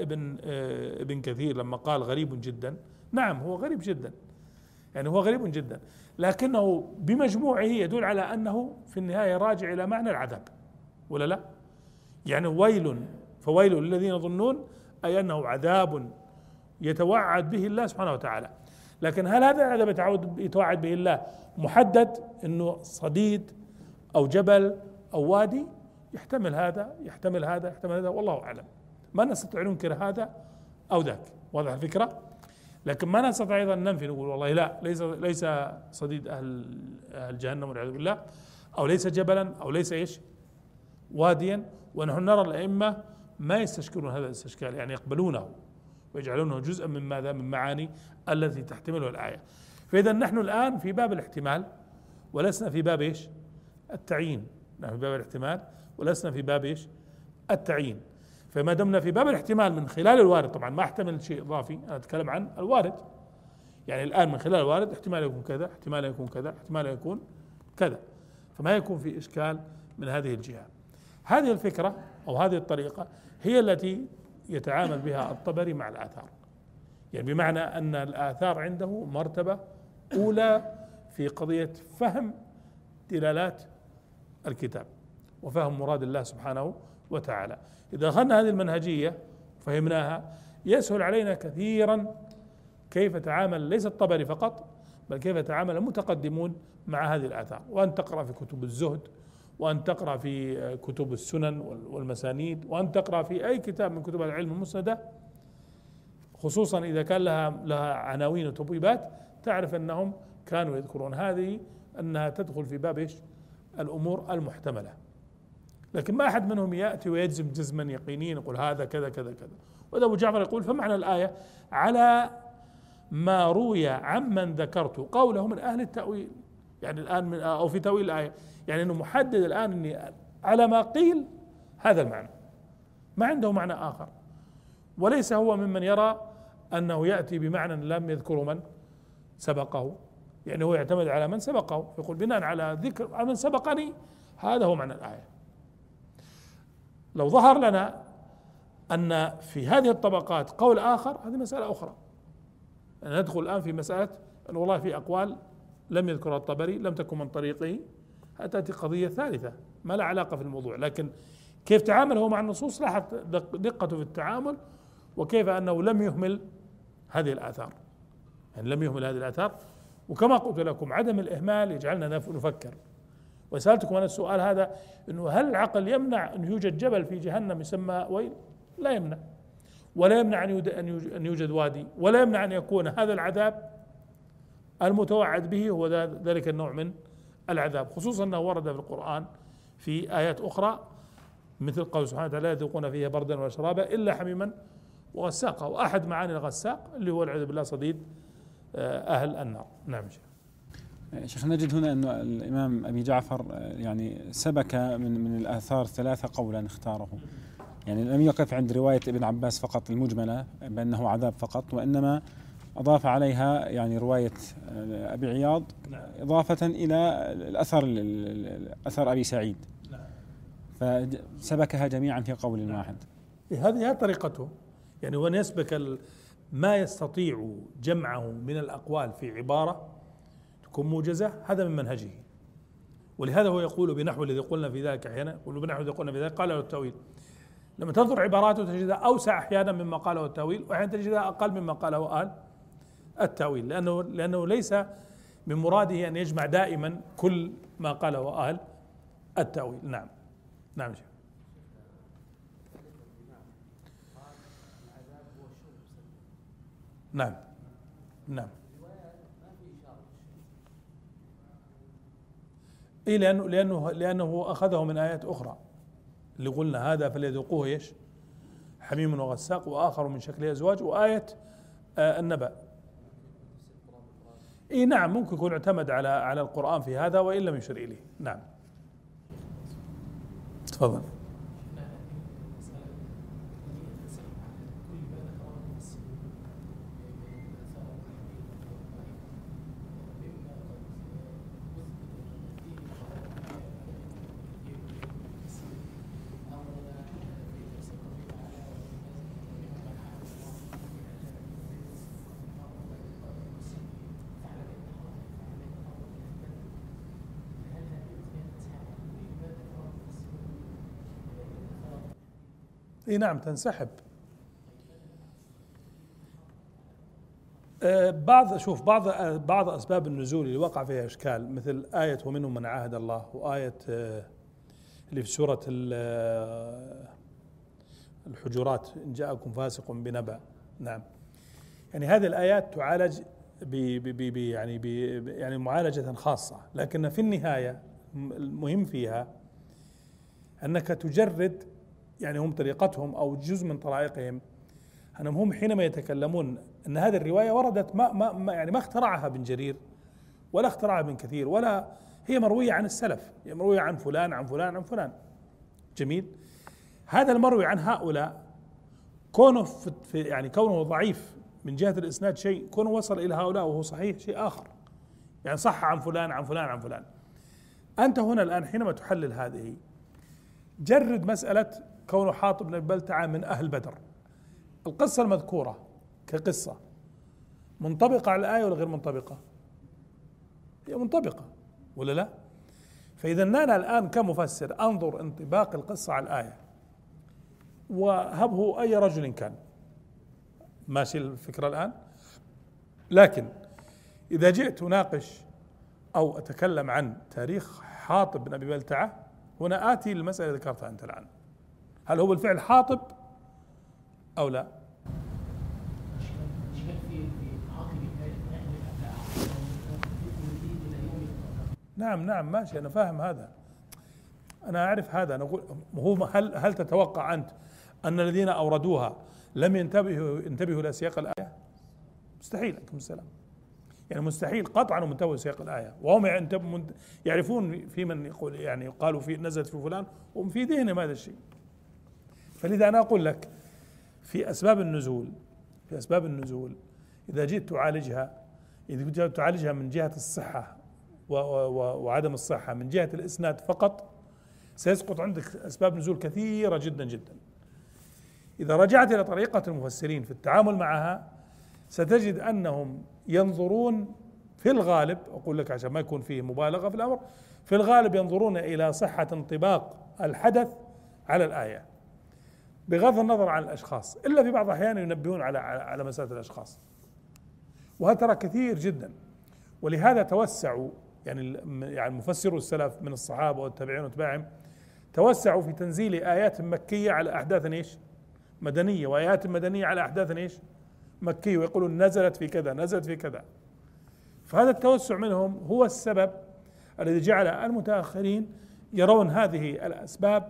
ابن كثير لما قال غريب جدا، نعم هو غريب جدا، يعني هو غريب جدا، لكنه بمجموعه يدل على أنه في النهاية راجع إلى معنى العذاب، ولا لا؟ يعني ويل، فويل للذين يظنون، أي أنه عذاب يتوعد به الله سبحانه وتعالى. لكن هل هذا العذاب يتوعد به الله محدد أنه صديد أو جبل أو وادي؟ يحتمل هذا يحتمل هذا يحتمل هذا، والله أعلم. ما نستطيع أن ننكر هذا أو ذاك، واضح الفكرة؟ لكن ما نستطيع أيضا ننفي نقول والله لا، ليس صديد أهل جهنم والعياذ بالله، أو ليس جبلا، أو ليس إيش واديا. ونحن نرى الأئمة ما يستشكلون هذا الاستشكال، يعني يقبلونه ويجعلونه جزءا من ماذا؟ من معاني التي تحتمله الآية. فإذا نحن الآن في باب الاحتمال ولسنا في باب إيش؟ التعيين. نحن في باب الاحتمال ولسنا في باب إيش؟ التعيين. فما دمنا في باب الاحتمال من خلال الوارد، طبعا ما احتمل شيء إضافي، أنا أتكلم عن الوارد. يعني الآن من خلال الوارد احتمال يكون كذا، احتمال يكون كذا، احتمال يكون كذا، فما يكون في إشكال من هذه الجهة. هذه الفكرة أو هذه الطريقة هي التي يتعامل بها الطبري مع الآثار، يعني بمعنى أن الآثار عنده مرتبة أولى في قضية فهم دلالات الكتاب وفهم مراد الله سبحانه وتعالى. إذا أخذنا هذه المنهجية وفهمناها يسهل علينا كثيرا كيف تعامل ليس الطبري فقط، بل كيف يتعامل المتقدمون مع هذه الآثار. وأن تقرأ في كتب الزهد، وأن تقرأ في كتب السنن والمسانيد، وأن تقرأ في أي كتاب من كتب العلم المسندة، خصوصا إذا كان لها عناوين وتبويبات، تعرف أنهم كانوا يذكرون هذه أنها تدخل في باب إيش؟ الأمور المحتملة. لكن ما أحد منهم يأتي ويجزم جزما يقينيا يقول هذا كذا كذا كذا. وإذا أبو جعفر يقول فمعنى الآية على ما روي عمن ذكرت قوله من أهل التأويل، يعني الآن أو في تأويل الآية، يعني أنه محدد الآن أني على ما قيل هذا المعنى، ما عنده معنى آخر. وليس هو ممن يرى أنه يأتي بمعنى لم يذكره من سبقه، يعني هو يعتمد على من سبقه، يقول بناء على ذكر من سبقني هذا هو معنى الآية. لو ظهر لنا أن في هذه الطبقات قول آخر هذه مسألة أخرى، يعني ندخل الآن في مسألة أن والله في أقوال لم يذكرها الطبري لم تكن من طريقه، تأتي قضية ثالثة ما لا علاقة في الموضوع. لكن كيف تعامل هو مع النصوص لاحظ دقته في التعامل، وكيف أنه لم يهمل هذه الآثار، يعني لم يهمل هذه الآثار. وكما قلت لكم عدم الإهمال يجعلنا نفكر. وسألتكم أنا السؤال هذا، أنه هل العقل يمنع أن يوجد جبل في جهنم يسمى ويل؟ لا يمنع، ولا يمنع أن يوجد وادي، ولا يمنع أن يكون هذا العذاب المتوعد به هو ذلك النوع من العذاب، خصوصا أنه ورد في القرآن في آيات أخرى مثل قول سبحانه وتعالى لا يذوقون فيها بردا ولا شرابا إلا حميما وغساقا، وأحد معاني الغساق اللي هو والعياذ بالله صديد أهل النار. نعم شيخ، نجد هنا أن الإمام أبي جعفر يعني سبك من الآثار ثلاثة قولا اختاره، يعني لم يقف عند رواية ابن عباس فقط المجملة بأنه عذاب فقط، وإنما أضاف عليها يعني رواية أبي عياض إضافة إلى أثر أبي سعيد، فسبكها جميعا في قول واحد. هذه طريقته، يعني هو يسبك ما يستطيع جمعه من الأقوال في عبارة تكون موجزة، هذا من منهجه. ولهذا هو يقول بنحو الذي قلنا في ذلك، أحيانا يقول بنحو الذي قلنا في ذلك قال له التأويل. لما تنظر عباراته تجدها أوسع أحيانا مما قاله التأويل، وأحيانا تجدها أقل مما قاله أهل التأويل، لأنه ليس من مراده أن يجمع دائما كل ما قاله أهل التأويل. نعم نعم شيخ. نعم نعم. إيه لأنه أخذه من آيات أخرى اللي قلنا هذا فليذوقوه ايش؟ حميم وغساق، وآخر من شكله أزواج، وآية النبأ. إيه نعم، ممكن يكون اعتمد على القرآن في هذا وإن لم يشر إليه. نعم تفضل. اي نعم تنسحب. بعض اسباب النزول اللي وقع فيها اشكال، مثل آية ومنهم من عاهد الله، وآية اللي في سورة الحجرات إن جاءكم فاسق بنبأ. نعم، يعني هذه الآيات تعالج يعني معالجة خاصة، لكن في النهاية المهم فيها أنك تجرد، يعني هم طريقتهم أو جزء من طرائقهم أنهم هم حينما يتكلمون أن هذه الرواية وردت ما اخترعها ابن جرير ولا اخترعها ابن كثير، ولا هي مروية عن السلف، هي مروية عن فلان عن فلان عن فلان. جميل. هذا المروي عن هؤلاء كونه كونه ضعيف من جهة الإسناد شيء، كونه وصل إلى هؤلاء وهو صحيح شيء آخر، يعني صح عن فلان عن فلان عن فلان. أنت هنا الآن حينما تحلل هذه، جرد مسألة كونه حاطب بن بلتعة من أهل بدر. القصة المذكورة كقصة منطبقة على الآية ولا غير منطبقة؟ هي منطبقة ولا لا؟ فإذا أنا الآن كمفسر أنظر انطباق القصة على الآية، وهبه أي رجل كان، ماشي الفكرة الآن. لكن إذا جئت أناقش أو أتكلم عن تاريخ حاطب بن أبي بلتعة، هنا آتي المسألة اللي ذكرتها أنت الآن، هل هو بالفعل حاطب أو لا؟ نعم نعم ماشي، أنا فاهم هذا، أنا أعرف هذا. أنا أقول هو هل تتوقع أنت أن الذين أوردوها لم ينتبهوا إلى سياق الآية؟ مستحيل. عليكم السلام. يعني مستحيل قطعا ومنتبهوا سياق الآية، وهم يعرفون في من يقول يعني قالوا في نزلت في فلان، وهم في ذهنهم هذا الشيء. فلذا أنا أقول لك في أسباب النزول إذا جيت تعالجها من جهة الصحة وعدم الصحة من جهة الإسناد فقط، سيسقط عندك أسباب نزول كثيرة جدا جدا. إذا رجعت إلى طريقة المفسرين في التعامل معها، ستجد أنهم ينظرون في الغالب، أقول لك عشان ما يكون فيه مبالغة في الأمر، في الغالب ينظرون إلى صحة انطباق الحدث على الآية بغض النظر عن الأشخاص، إلا في بعض الأحيان ينبهون على مسألة الأشخاص، وهذا ترى كثير جدا. ولهذا توسعوا يعني مفسروا السلف من الصحابة والتابعين واتباعهم، توسعوا في تنزيل آيات مكية على أحداث ايش؟ مدنية، وآيات مدنية على أحداث ايش؟ مكية، ويقولون نزلت في كذا نزلت في كذا. فهذا التوسع منهم هو السبب الذي جعل المتأخرين يرون هذه الأسباب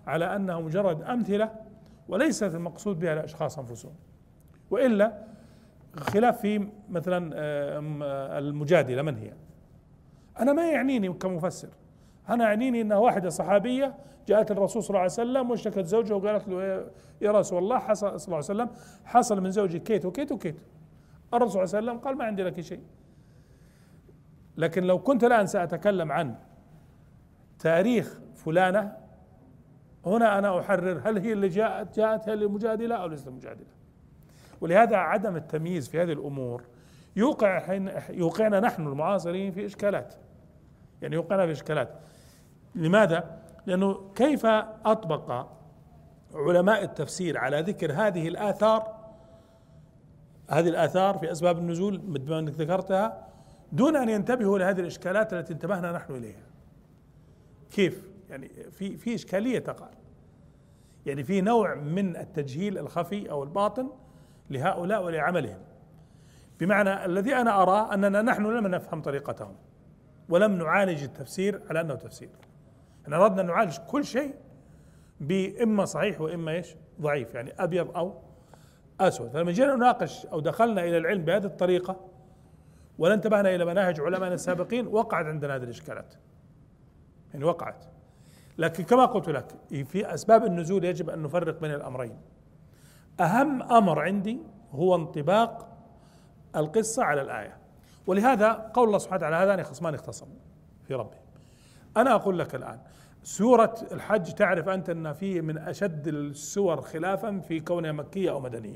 على أنها مجرد أمثلة وليست المقصود بها الأشخاص أنفسهم. وإلا خلاف في مثلا المجادلة من هي؟ أنا ما يعنيني كمفسر، أنا يعنيني أنها واحدة صحابية جاءت الرسول صلى الله عليه وسلم واشتكت زوجها وقالت له يا رسول الله حصل صلى الله عليه وسلم حصل من زوجي كيت وكيت وكيت. الرسول صلى الله عليه وسلم قال ما عندي لك شيء. لكن لو كنت الآن سأتكلم عن تاريخ فلانة، هنا أنا أحرر هل هي اللي جاءت هي المجادلة أو ليست المجادلة. ولهذا عدم التمييز في هذه الأمور يوقعنا نحن المعاصرين في إشكالات، يعني يوقعنا في إشكالات. لماذا؟ لأنه كيف أطبق علماء التفسير على ذكر هذه الآثار في أسباب النزول مثل ما أنك ذكرتها دون أن ينتبهوا لهذه الإشكالات التي انتبهنا نحن إليها؟ كيف؟ يعني في إشكالية تقع، يعني في نوع من التجهيل الخفي أو الباطن لهؤلاء ولعملهم. بمعنى الذي أنا أرى أننا نحن لم نفهم طريقتهم ولم نعالج التفسير على أنه تفسير. إن أردنا أن نعالج كل شيء بإما صحيح وإما إيش ضعيف، يعني أبيض أو أسود. فلما جينا نناقش أو دخلنا إلى العلم بهذه الطريقة ولا انتبهنا إلى مناهج علمائنا السابقين وقعت عندنا هذه الإشكالات، يعني وقعت. لكن كما قلت لك في أسباب النزول يجب أن نفرق بين الأمرين. أهم أمر عندي هو انطباق القصة على الآية، ولهذا قول الله سبحانه وتعالى هذان خصمان اختصموا في ربهم. أنا أقول لك الآن سورة الحج تعرف أنت أن فيه من أشد السور خلافا في كونها مكية أو مدنية،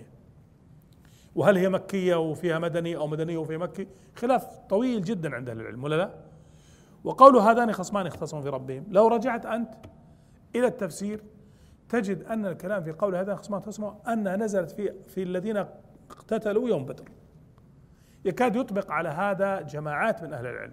وهل هي مكية وفيها مدني أو مدنية وفيها مكي، خلاف طويل جدا عند أهل العلم ولا لا؟ وقوله هذان خصمان اختصموا في ربهم، لو رجعت أنت إلى التفسير تجد أن الكلام في قول هذان خصمان اختصموا أنها نزلت في الذين اقتتلوا يوم بدر. يكاد يطبق على هذا جماعات من أهل العلم.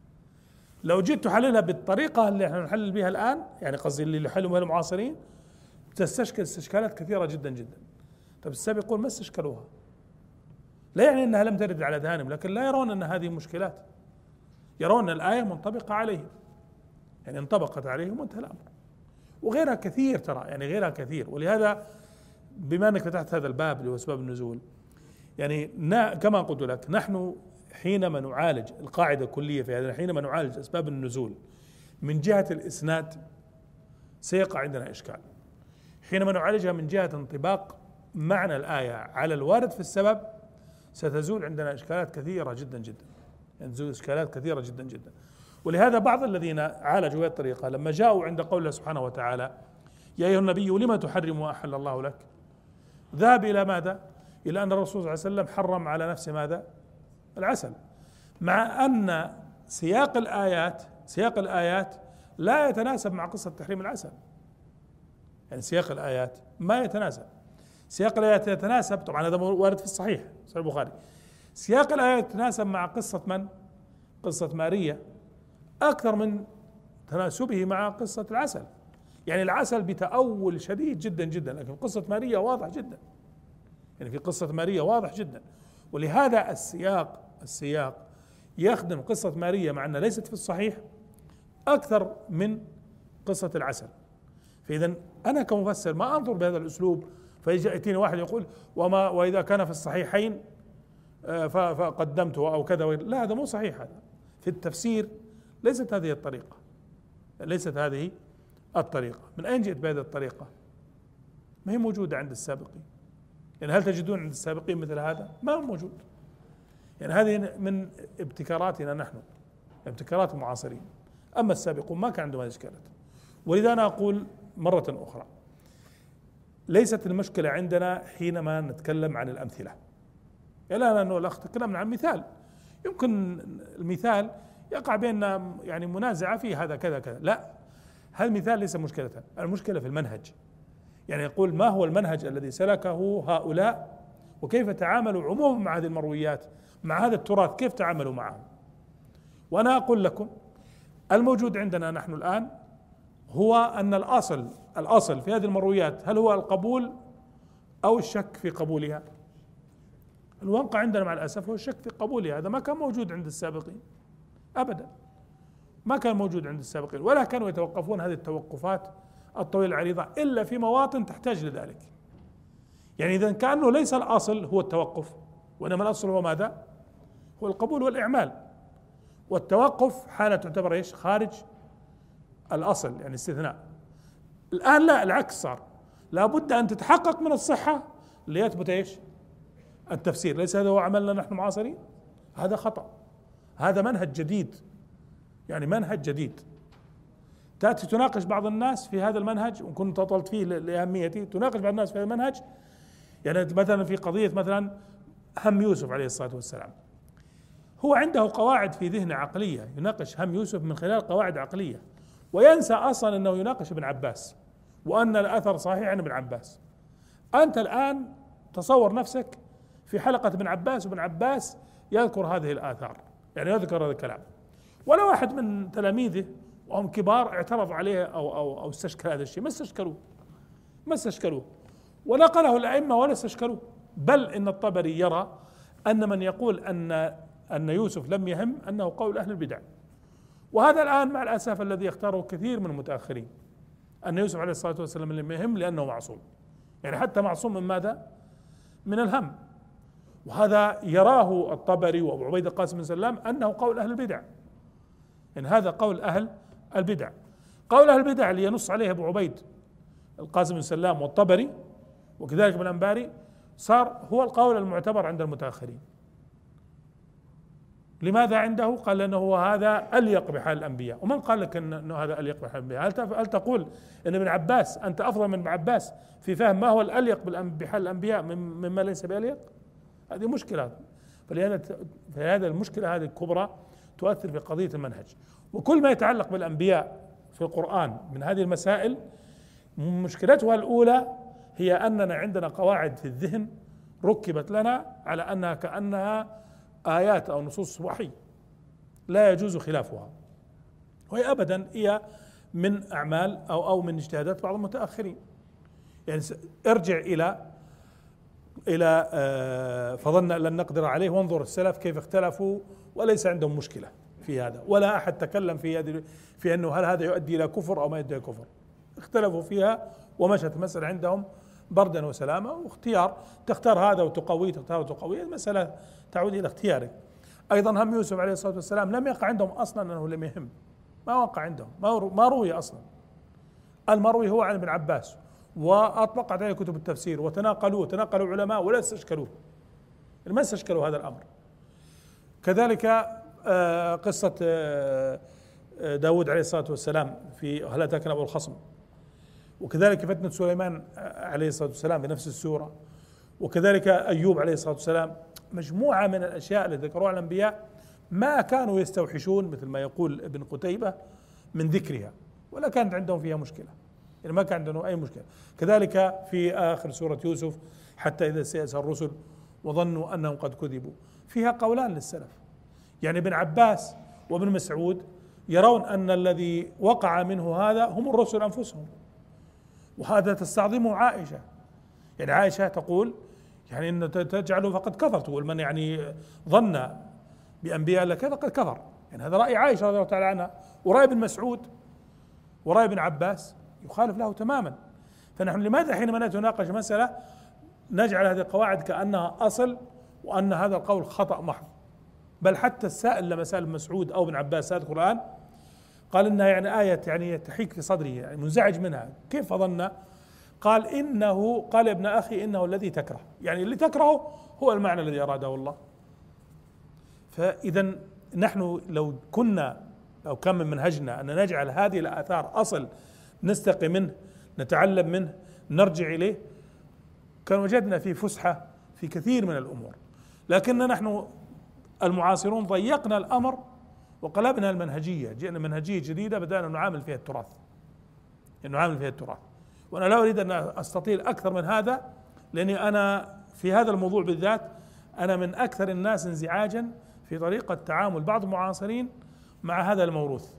لو جيت تحللها بالطريقة اللي احنا نحلل بها الآن، يعني قصدي اللي يحلوا بها المعاصرين، تستشكل استشكالات كثيرة جدا جدا. طيب السابقون ما استشكلوها، لا يعني أنها لم ترد على أذهانهم، لكن لا يرون أن هذه مشكلات، يرون الآية منطبقة عليهم، يعني انطبقت عليهم وانتهى الأمر. وغيرها كثير ترى، يعني غيرها كثير. ولهذا بما أنك فتحت هذا الباب اللي هو أسباب النزول، يعني كما قلت لك نحن حينما نعالج القاعدة الكلية في هذا، حينما نعالج أسباب النزول من جهة الإسناد سيقع عندنا إشكال. حينما نعالجها من جهة انطباق معنى الآية على الوارد في السبب ستزول عندنا إشكالات كثيرة جدا جدا، يعني تزول إشكالات كثيرة جدا جدا. ولهذا بعض الذين عالجوا هذه الطريقة لما جاءوا عند قوله سبحانه وتعالى يا أيها النبي لما تحرم ما أحل الله لك، ذهب إلى ماذا؟ إلى أن الرسول صلى الله عليه وسلم حرم على نفسه ماذا؟ العسل، مع أن سياق الآيات لا يتناسب مع قصة تحريم العسل. يعني سياق الآيات ما يتناسب، سياق الآيات يتناسب، طبعا هذا وارد في الصحيح البخاري، سياق الآيات يتناسب مع قصة من؟ قصة ماريا أكثر من تناسبه مع قصة العسل. يعني العسل بتأول شديد جدا جدا، لكن قصة ماريا واضح جدا، يعني في قصة ماريا واضح جدا. ولهذا السياق يخدم قصة ماريا مع أنها ليست في الصحيح أكثر من قصة العسل. فإذا أنا كمفسر ما أنظر بهذا الأسلوب فيأتيني واحد يقول وإذا كان في الصحيحين فقدمته أو كذا، لا، هذا مو صحيح. هذا في التفسير ليست هذه الطريقة. من أين جئت بهذه الطريقة؟ ما هي موجودة عند السابقين. يعني هل تجدون عند السابقين مثل هذا؟ ما هو موجود. يعني هذه من ابتكاراتنا نحن، ابتكارات المعاصرين. أما السابقون ما كان عندهم هذه الإشكالات. ولذا أنا أقول مرة أخرى ليست المشكلة عندنا حينما نتكلم عن الأمثلة. يعني لأنه الأخ تكلمنا عن مثال، يمكن المثال يقع بيننا يعني منازعة في هذا كذا كذا، لا، هذا المثال ليس مشكلة، المشكلة في المنهج. يعني يقول ما هو المنهج الذي سلكه هؤلاء وكيف تعاملوا عموما مع هذه المرويات، مع هذا التراث، كيف تعاملوا معه. وأنا أقول لكم الموجود عندنا نحن الآن هو أن الأصل في هذه المرويات هل هو القبول أو الشك في قبولها. الواقع عندنا مع الأسف هو الشك في قبولها. هذا ما كان موجود عند السابقين أبدا، ما كان موجود عند السابقين، ولا كانوا يتوقفون هذه التوقفات الطويلة العريضة إلا في مواطن تحتاج لذلك. يعني إذا كأنه ليس الأصل هو التوقف، وإنما الأصل هو ماذا؟ هو القبول والإعمال، والتوقف حالة تعتبر ايش؟ خارج الأصل، يعني استثناء. الآن لا، العكس صار، لابد أن تتحقق من الصحة ليثبت ايش؟ التفسير. ليس هذا هو عملنا نحن معاصرين؟ هذا خطأ، هذا منهج جديد، يعني منهج جديد. تأتي تناقش بعض الناس في هذا المنهج، وكنت تطلت فيه لأهميته، تناقش بعض الناس في هذا المنهج، يعني مثلا في قضية مثلا هم يوسف عليه الصلاة والسلام، هو عنده قواعد في ذهنه عقلية، يناقش هم يوسف من خلال قواعد عقلية، وينسى أصلا أنه يناقش ابن عباس، وأن الأثر صحيح عن ابن عباس. أنت الآن تصور نفسك في حلقة ابن عباس، وابن عباس يذكر هذه الآثار، يعني يذكر هذا الكلام، ولا واحد من تلاميذه وهم كبار اعترض عليه أو استشكل هذا الشيء، ما استشكلوه ونقله الأئمة ولا استشكلوه. بل إن الطبري يرى أن من يقول أن يوسف لم يهم أنه قول أهل البدع، وهذا الآن مع الأسف الذي يختاره كثير من المتأخرين، أن يوسف عليه الصلاة والسلام لم يهم لأنه معصوم، يعني حتى معصوم من ماذا؟ من الهم. وهذا يراه الطبري وأبو عبيد القاسم بن سلام أنه قول أهل البدع، إن هذا قول أهل البدع. قول أهل البدع اللي ينص عليه أبو عبيد القاسم بن سلام والطبري وكذلك ابن الأنباري صار هو القول المعتبر عند المتأخرين. لماذا عنده؟ قال لأنه هذا أليق بحال الأنبياء. ومن قال لك أنه هذا أليق بحال الأنبياء؟ هل تقول أن ابن عباس أنت أفضل من ابن عباس فيفهم ما هو الأليق بحال الأنبياء مما ليس بأليق؟ هذه مشكلة. فلهذا المشكلة هذه الكبرى تؤثر في قضية المنهج. وكل ما يتعلق بالأنبياء في القرآن من هذه المسائل مشكلتها الأولى هي أننا عندنا قواعد في الذهن ركبت لنا على أنها كأنها آيات أو نصوص وحي لا يجوز خلافها، وهي أبدا هي من أعمال أو من اجتهادات بعض المتأخرين. يعني ارجع إلى فظن لن نقدر عليه، وانظر السلف كيف اختلفوا وليس عندهم مشكلة في هذا، ولا أحد تكلم في أنه هل هذا يؤدي إلى كفر أو ما يؤدي إلى كفر. اختلفوا فيها ومشت المسألة عندهم بردا وسلامة، واختيار تختار هذا وتقويه، تختار وتقويه، المسألة تعود إلى اختيارك. أيضا هم يوسف عليه الصلاة والسلام لم يقع عندهم أصلا أنه لم يهم، ما وقع عندهم، ما روي أصلا. المروي هو عن ابن عباس، وأطلقت عليه كتب التفسير وتناقلوا علماء ولا استشكلوه، ما استشكلوا هذا الأمر. كذلك قصة داود عليه الصلاة والسلام في هل أتاك نبأ الخصم، وكذلك فتنة سليمان عليه الصلاة والسلام بنفس السورة، وكذلك أيوب عليه الصلاة والسلام. مجموعة من الأشياء التي ذكروها الأنبياء ما كانوا يستوحشون مثل ما يقول ابن قتيبة من ذكرها، ولا كانت عندهم فيها مشكلة، يعني ما كان عندهم أي مشكلة. كذلك في آخر سورة يوسف حتى إذا استيأس الرسل وظنوا أنهم قد كذبوا، فيها قولان للسلف. يعني ابن عباس وابن مسعود يرون أن الذي وقع منه هذا هم الرسل أنفسهم، وهذا تستعظمه عائشة. يعني عائشة تقول يعني إن تجعله فقد كفر، تقول من يعني ظن بأنبياء الله كذا قد كفر. يعني هذا رأي عائشة رضي الله تعالى عنها، ورأي ابن مسعود ورأي ابن عباس يخالف له تماما. فنحن لماذا حينما نتناقش مسألة نجعل هذه القواعد كأنها أصل، وأن هذا القول خطأ محض؟ بل حتى السائل لما سأل ابن مسعود أو ابن عباس هذا القرآن قال إنها يعني آية يعني تحيك في صدره، يعني منزعج منها، كيف ظن؟ قال قال ابن أخي إنه الذي تكره، يعني اللي تكرهه هو المعنى الذي أراده الله. فإذا نحن لو كان من منهجنا أن نجعل هذه الآثار أصل نستقي منه، نتعلم منه، نرجع إليه، كان وجدنا فيه فسحة في كثير من الأمور. لكن نحن المعاصرون ضيقنا الأمر وقلبنا المنهجية، جئنا منهجية جديدة بدأنا نعامل فيها التراث، وأنا لا أريد أن أستطيل أكثر من هذا، لأني أنا في هذا الموضوع بالذات أنا من أكثر الناس انزعاجا في طريقة تعامل بعض المعاصرين مع هذا الموروث،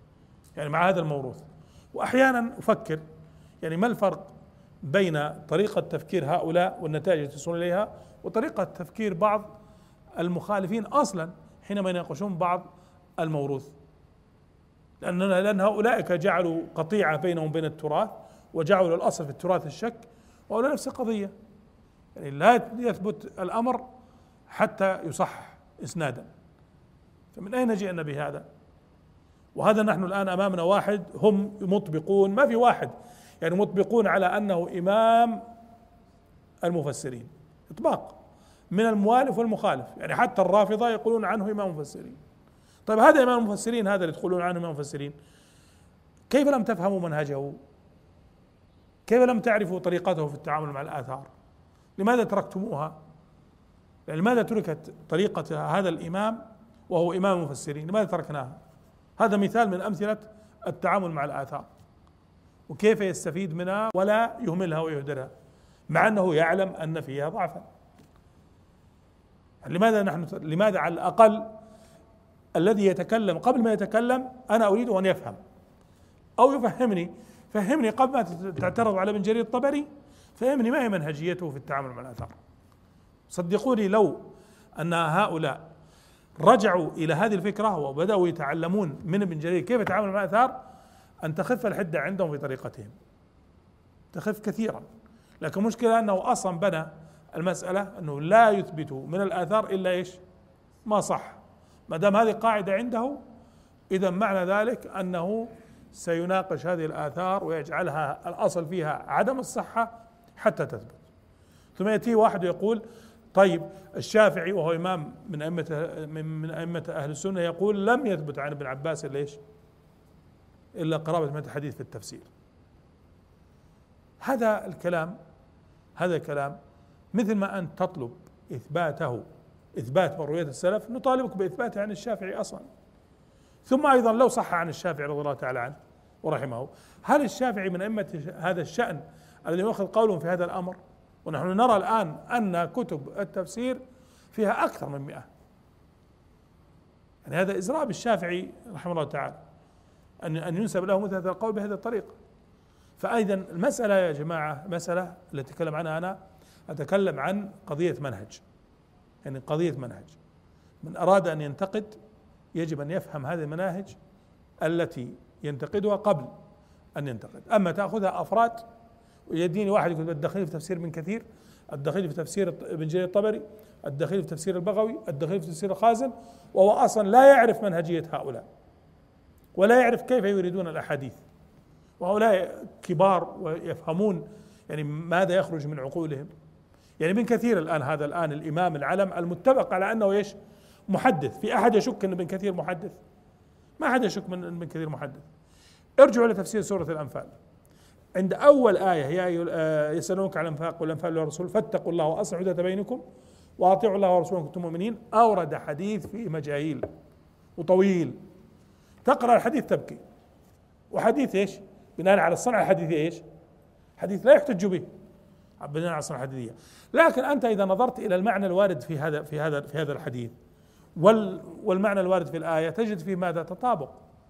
وأحيانا أفكر يعني ما الفرق بين طريقة تفكير هؤلاء والنتائج التي تصلون إليها وطريقة تفكير بعض المخالفين أصلا حينما يناقشون بعض الموروث. لأن هؤلاء جعلوا قطيعة بينهم وبين التراث، وجعلوا الأصل في التراث الشك، وهؤلاء نفس القضية، يعني لا يثبت الأمر حتى يصح إسنادا. فمن أين جئنا بهذا؟ وهذا نحن الآن أمامنا واحد هم مطبقون، ما في واحد يعني مطبقون على أنه إمام المفسرين إطباق من المؤلف والمخالف، يعني حتى الرافضة يقولون عنه إمام المفسرين. طيب هذا إمام المفسرين، هذا اللي تقولون عنه إمام المفسرين، كيف لم تفهموا منهجه؟ كيف لم تعرفوا طريقته في التعامل مع الآثار؟ لماذا تركتموها؟ يعني لماذا تركت طريقة هذا الإمام وهو إمام المفسرين؟ لماذا تركناها؟ هذا مثال من أمثلة التعامل مع الآثار، وكيف يستفيد منها ولا يهملها ويهدرها مع أنه يعلم أن فيها ضعفا. لماذا على الأقل الذي يتكلم قبل ما يتكلم أنا أريد أن يفهم أو فهمني قبل ما تعترض على ابن جرير الطبري، فهمني ما هي منهجيته في التعامل مع الآثار. صدقوني لو أن هؤلاء رجعوا إلى هذه الفكرة وبدأوا يتعلمون من ابن جرير كيف يتعامل مع الآثار، أن تخف الحدة عندهم في طريقتهم، تخف كثيرا. لكن المشكلة أنه أصلا بنى المسألة أنه لا يثبت من الآثار إلا إيش؟ ما صح. ما دام هذه قاعدة عنده، إذا معنى ذلك أنه سيناقش هذه الآثار ويجعلها الأصل فيها عدم الصحة حتى تثبت. ثم يأتي واحد يقول طيب الشافعي وهو إمام من أئمة أهل السنة يقول لم يثبت عن ابن عباس إلا إيش؟ إلا قرابة 100 حديث في التفسير. هذا الكلام مثل ما أنت تطلب إثبات مرويات السلف، نطالبك بإثباته عن الشافعي أصلا. ثم أيضا لو صح عن الشافعي رضي الله تعالى عنه ورحمه، هل الشافعي من أئمة هذا الشأن الذي يؤخذ قولهم في هذا الأمر؟ ونحن نرى الآن أن كتب التفسير فيها أكثر من 100. يعني هذا إزراء بالشافعي رحمه الله تعالى أن ينسب له مثل هذا القول بهذه الطريقة. فأيضا المسألة يا جماعة مسألة التي أتكلم عنها أنا أتكلم عن قضية منهج، يعني قضية منهج. من أراد أن ينتقد يجب أن يفهم هذه المناهج التي ينتقدها قبل أن ينتقد. أما تأخذها أفراد ويديني واحد يقول الدخيل في تفسير ابن كثير، الدخيل في تفسير ابن جرير الطبري، الدخيل في تفسير البغوي، الدخيل في تفسير الخازن، وهو أصلا لا يعرف منهجية هؤلاء ولا يعرف كيف يريدون الأحاديث. وهؤلاء كبار ويفهمون يعني ماذا يخرج من عقولهم. يعني ابن كثير هذا الآن الإمام العلم المتفق على أنه إيش؟ محدث. في أحد يشك أن ابن كثير محدث؟ ما أحد يشك من ابن كثير محدث. ارجعوا لتفسير سورة الأنفال، عند أول آية يسألونك عن الأنفال قل الأنفال للرسول فاتقوا الله وأصلحوا ذات بينكم وأطيعوا الله ورسوله إن كنتم مؤمنين، أورد حديث فيه مجاهيل وطويل، تقرأ الحديث تبكي. وحديث إيش؟ بناء على الصنعة الحديثية إيش؟ حديث لا يحتج به بناء على الصنعة الحديثية. لكن أنت إذا نظرت إلى المعنى الوارد في هذا الحديث والمعنى الوارد في الآية تجد فيه ماذا؟ تطابق.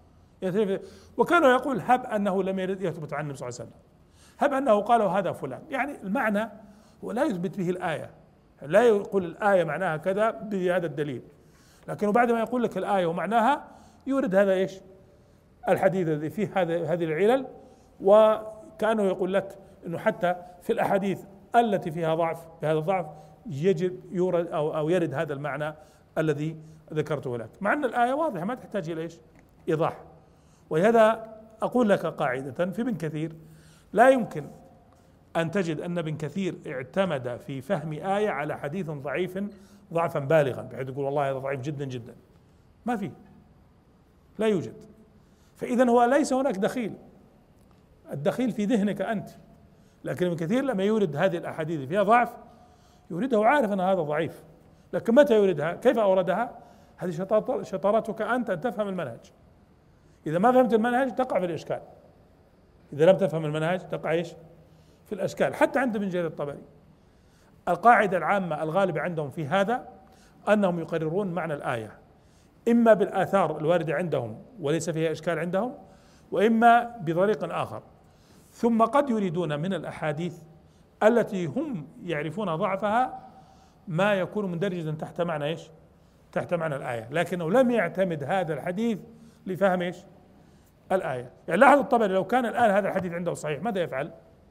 وكانوا يقول هب أنه لم يثبت عن النبي صلى الله عليه وسلم، هب أنه قالوا هذا فلان، يعني المعنى هو لا يثبت به الآية، لا يقول الآية معناها كذا بهذا الدليل، لكنه بعد ما يقول لك الآية ومعناها يورد هذا إيش؟ الحديث الذي فيه هذه العلل، وكأنه يقول لك أنه حتى في الأحاديث التي فيها ضعف بهذا الضعف يجب يورد أو يرد هذا المعنى الذي ذكرته لك، مع أن الآية واضحة ما تحتاج إلى إيش؟ إيضاح. ولهذا أقول لك قاعدة في ابن كثير لا يمكن أن تجد أن ابن كثير اعتمد في فهم آية على حديث ضعيف ضعفا بالغا بحيث يقول والله هذا ضعيف جدا جدا، ما في، لا يوجد. فإذا هو ليس هناك دخيل، الدخيل في ذهنك أنت. لكن ابن كثير لما يورد هذه الأحاديث فيها ضعف يريده عارف أن هذا ضعيف، لكن متى يوردها؟ كيف أوردها؟ هذه شطارتك أنت أن تفهم المنهج. إذا ما فهمت المنهج تقع في الإشكال، إذا لم تفهم المنهج تقع إيش؟ في الأشكال. حتى عند ابن جرير الطبري القاعدة العامة الغالبة عندهم في هذا أنهم يقررون معنى الآية إما بالآثار الواردة عندهم وليس فيها إشكال عندهم، وإما بطريق آخر، ثم قد يريدون من الأحاديث التي هم يعرفون ضعفها ما يكون مندرجا تحت معنى إيش؟ تحت معنى الآية، لكنه لم يعتمد هذا الحديث لفهم إيش؟ الآية. يعني لاحظ الطبري لو كان الآن هذا الحديث عنده صحيح ماذا يفعل؟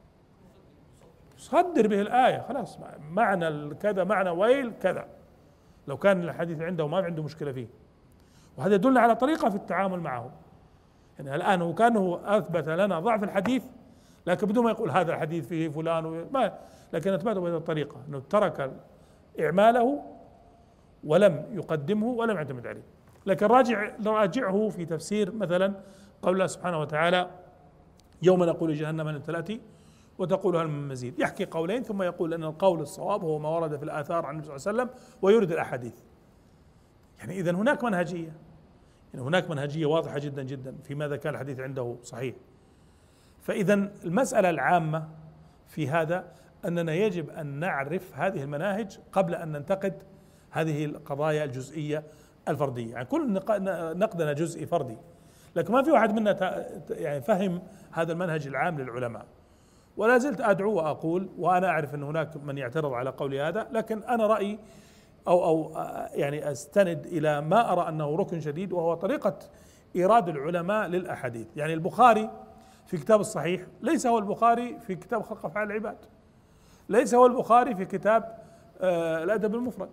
يصدر به الآية، خلاص معنى كذا معنى ويل كذا، لو كان الحديث عنده ما عنده مشكلة فيه. وهذا يدل على طريقة في التعامل معه. يعني الآن هو كأنه أثبت لنا ضعف الحديث لكن بدون ما يقول هذا الحديث فيه فلان ما، لكن أثبته بهذه الطريقة أنه ترك إعماله ولم يقدمه ولم يعتمد عليه. لكن راجعه في تفسير مثلا قول الله سبحانه وتعالى يوم نقول لجهنم هل امتلأت وتقول هل من مزيد، يحكي قولين ثم يقول أن القول الصواب هو ما ورد في الآثار عن النبي صلى الله عليه وسلم ويورد الأحاديث. يعني إذن هناك منهجية، يعني هناك منهجية واضحة جدا جدا في ماذا كان الحديث عنده صحيح. فإذا المسألة العامة في هذا أننا يجب أن نعرف هذه المناهج قبل أن ننتقد هذه القضايا الجزئية الفردية. يعني كل نقدنا جزئي فردي، لكن ما في واحد منا يعني فهم هذا المنهج العام للعلماء. ولا زلت أدعو وأقول، وأنا أعرف أن هناك من يعترض على قولي هذا، لكن أنا رأيي أو يعني أستند إلى ما أرى أنه ركن شديد، وهو طريقة إيراد العلماء للأحاديث. يعني البخاري في كتاب الصحيح ليس هو البخاري في كتاب خلق أفعال العباد، ليس هو البخاري في كتاب الأدب المفرد،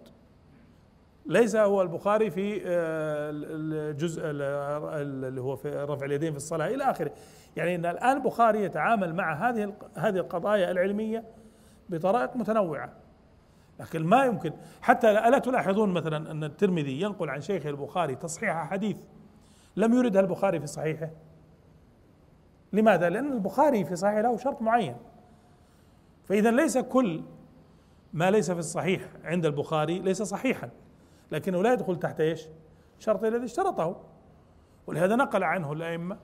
ليس هو البخاري في الجزء اللي هو في رفع اليدين في الصلاة إلى آخره. يعني أن الآن البخاري يتعامل مع هذه القضايا العلمية بطرائق متنوعة، لكن ما يمكن حتى ألا تلاحظون مثلا أن الترمذي ينقل عن شيخ البخاري تصحيح حديث لم يردها البخاري في صحيحه. لماذا؟ لأن البخاري في صحيحه له شرط معين. فإذا ليس كل ما ليس في الصحيح عند البخاري ليس صحيحا، لكنه لا يدخل تحت ايش؟ شرط الذي اشترطه. ولهذا نقل عنه الأئمة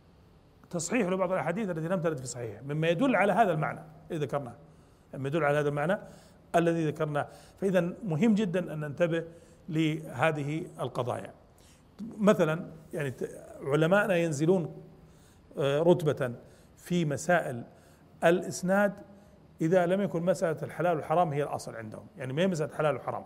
تصحيح لبعض الأحاديث التي لم ترد في صحيح، مما يدل على هذا المعنى الذي ذكرناه، مما يدل على هذا المعنى الذي ذكرناه. فإذا مهم جدا أن ننتبه لهذه القضايا. مثلا يعني علماءنا ينزلون رتبة في مسائل الإسناد إذا لم يكن مسألة الحلال والحرام هي الأصل عندهم. يعني ما هي مسألة حلال وحرام،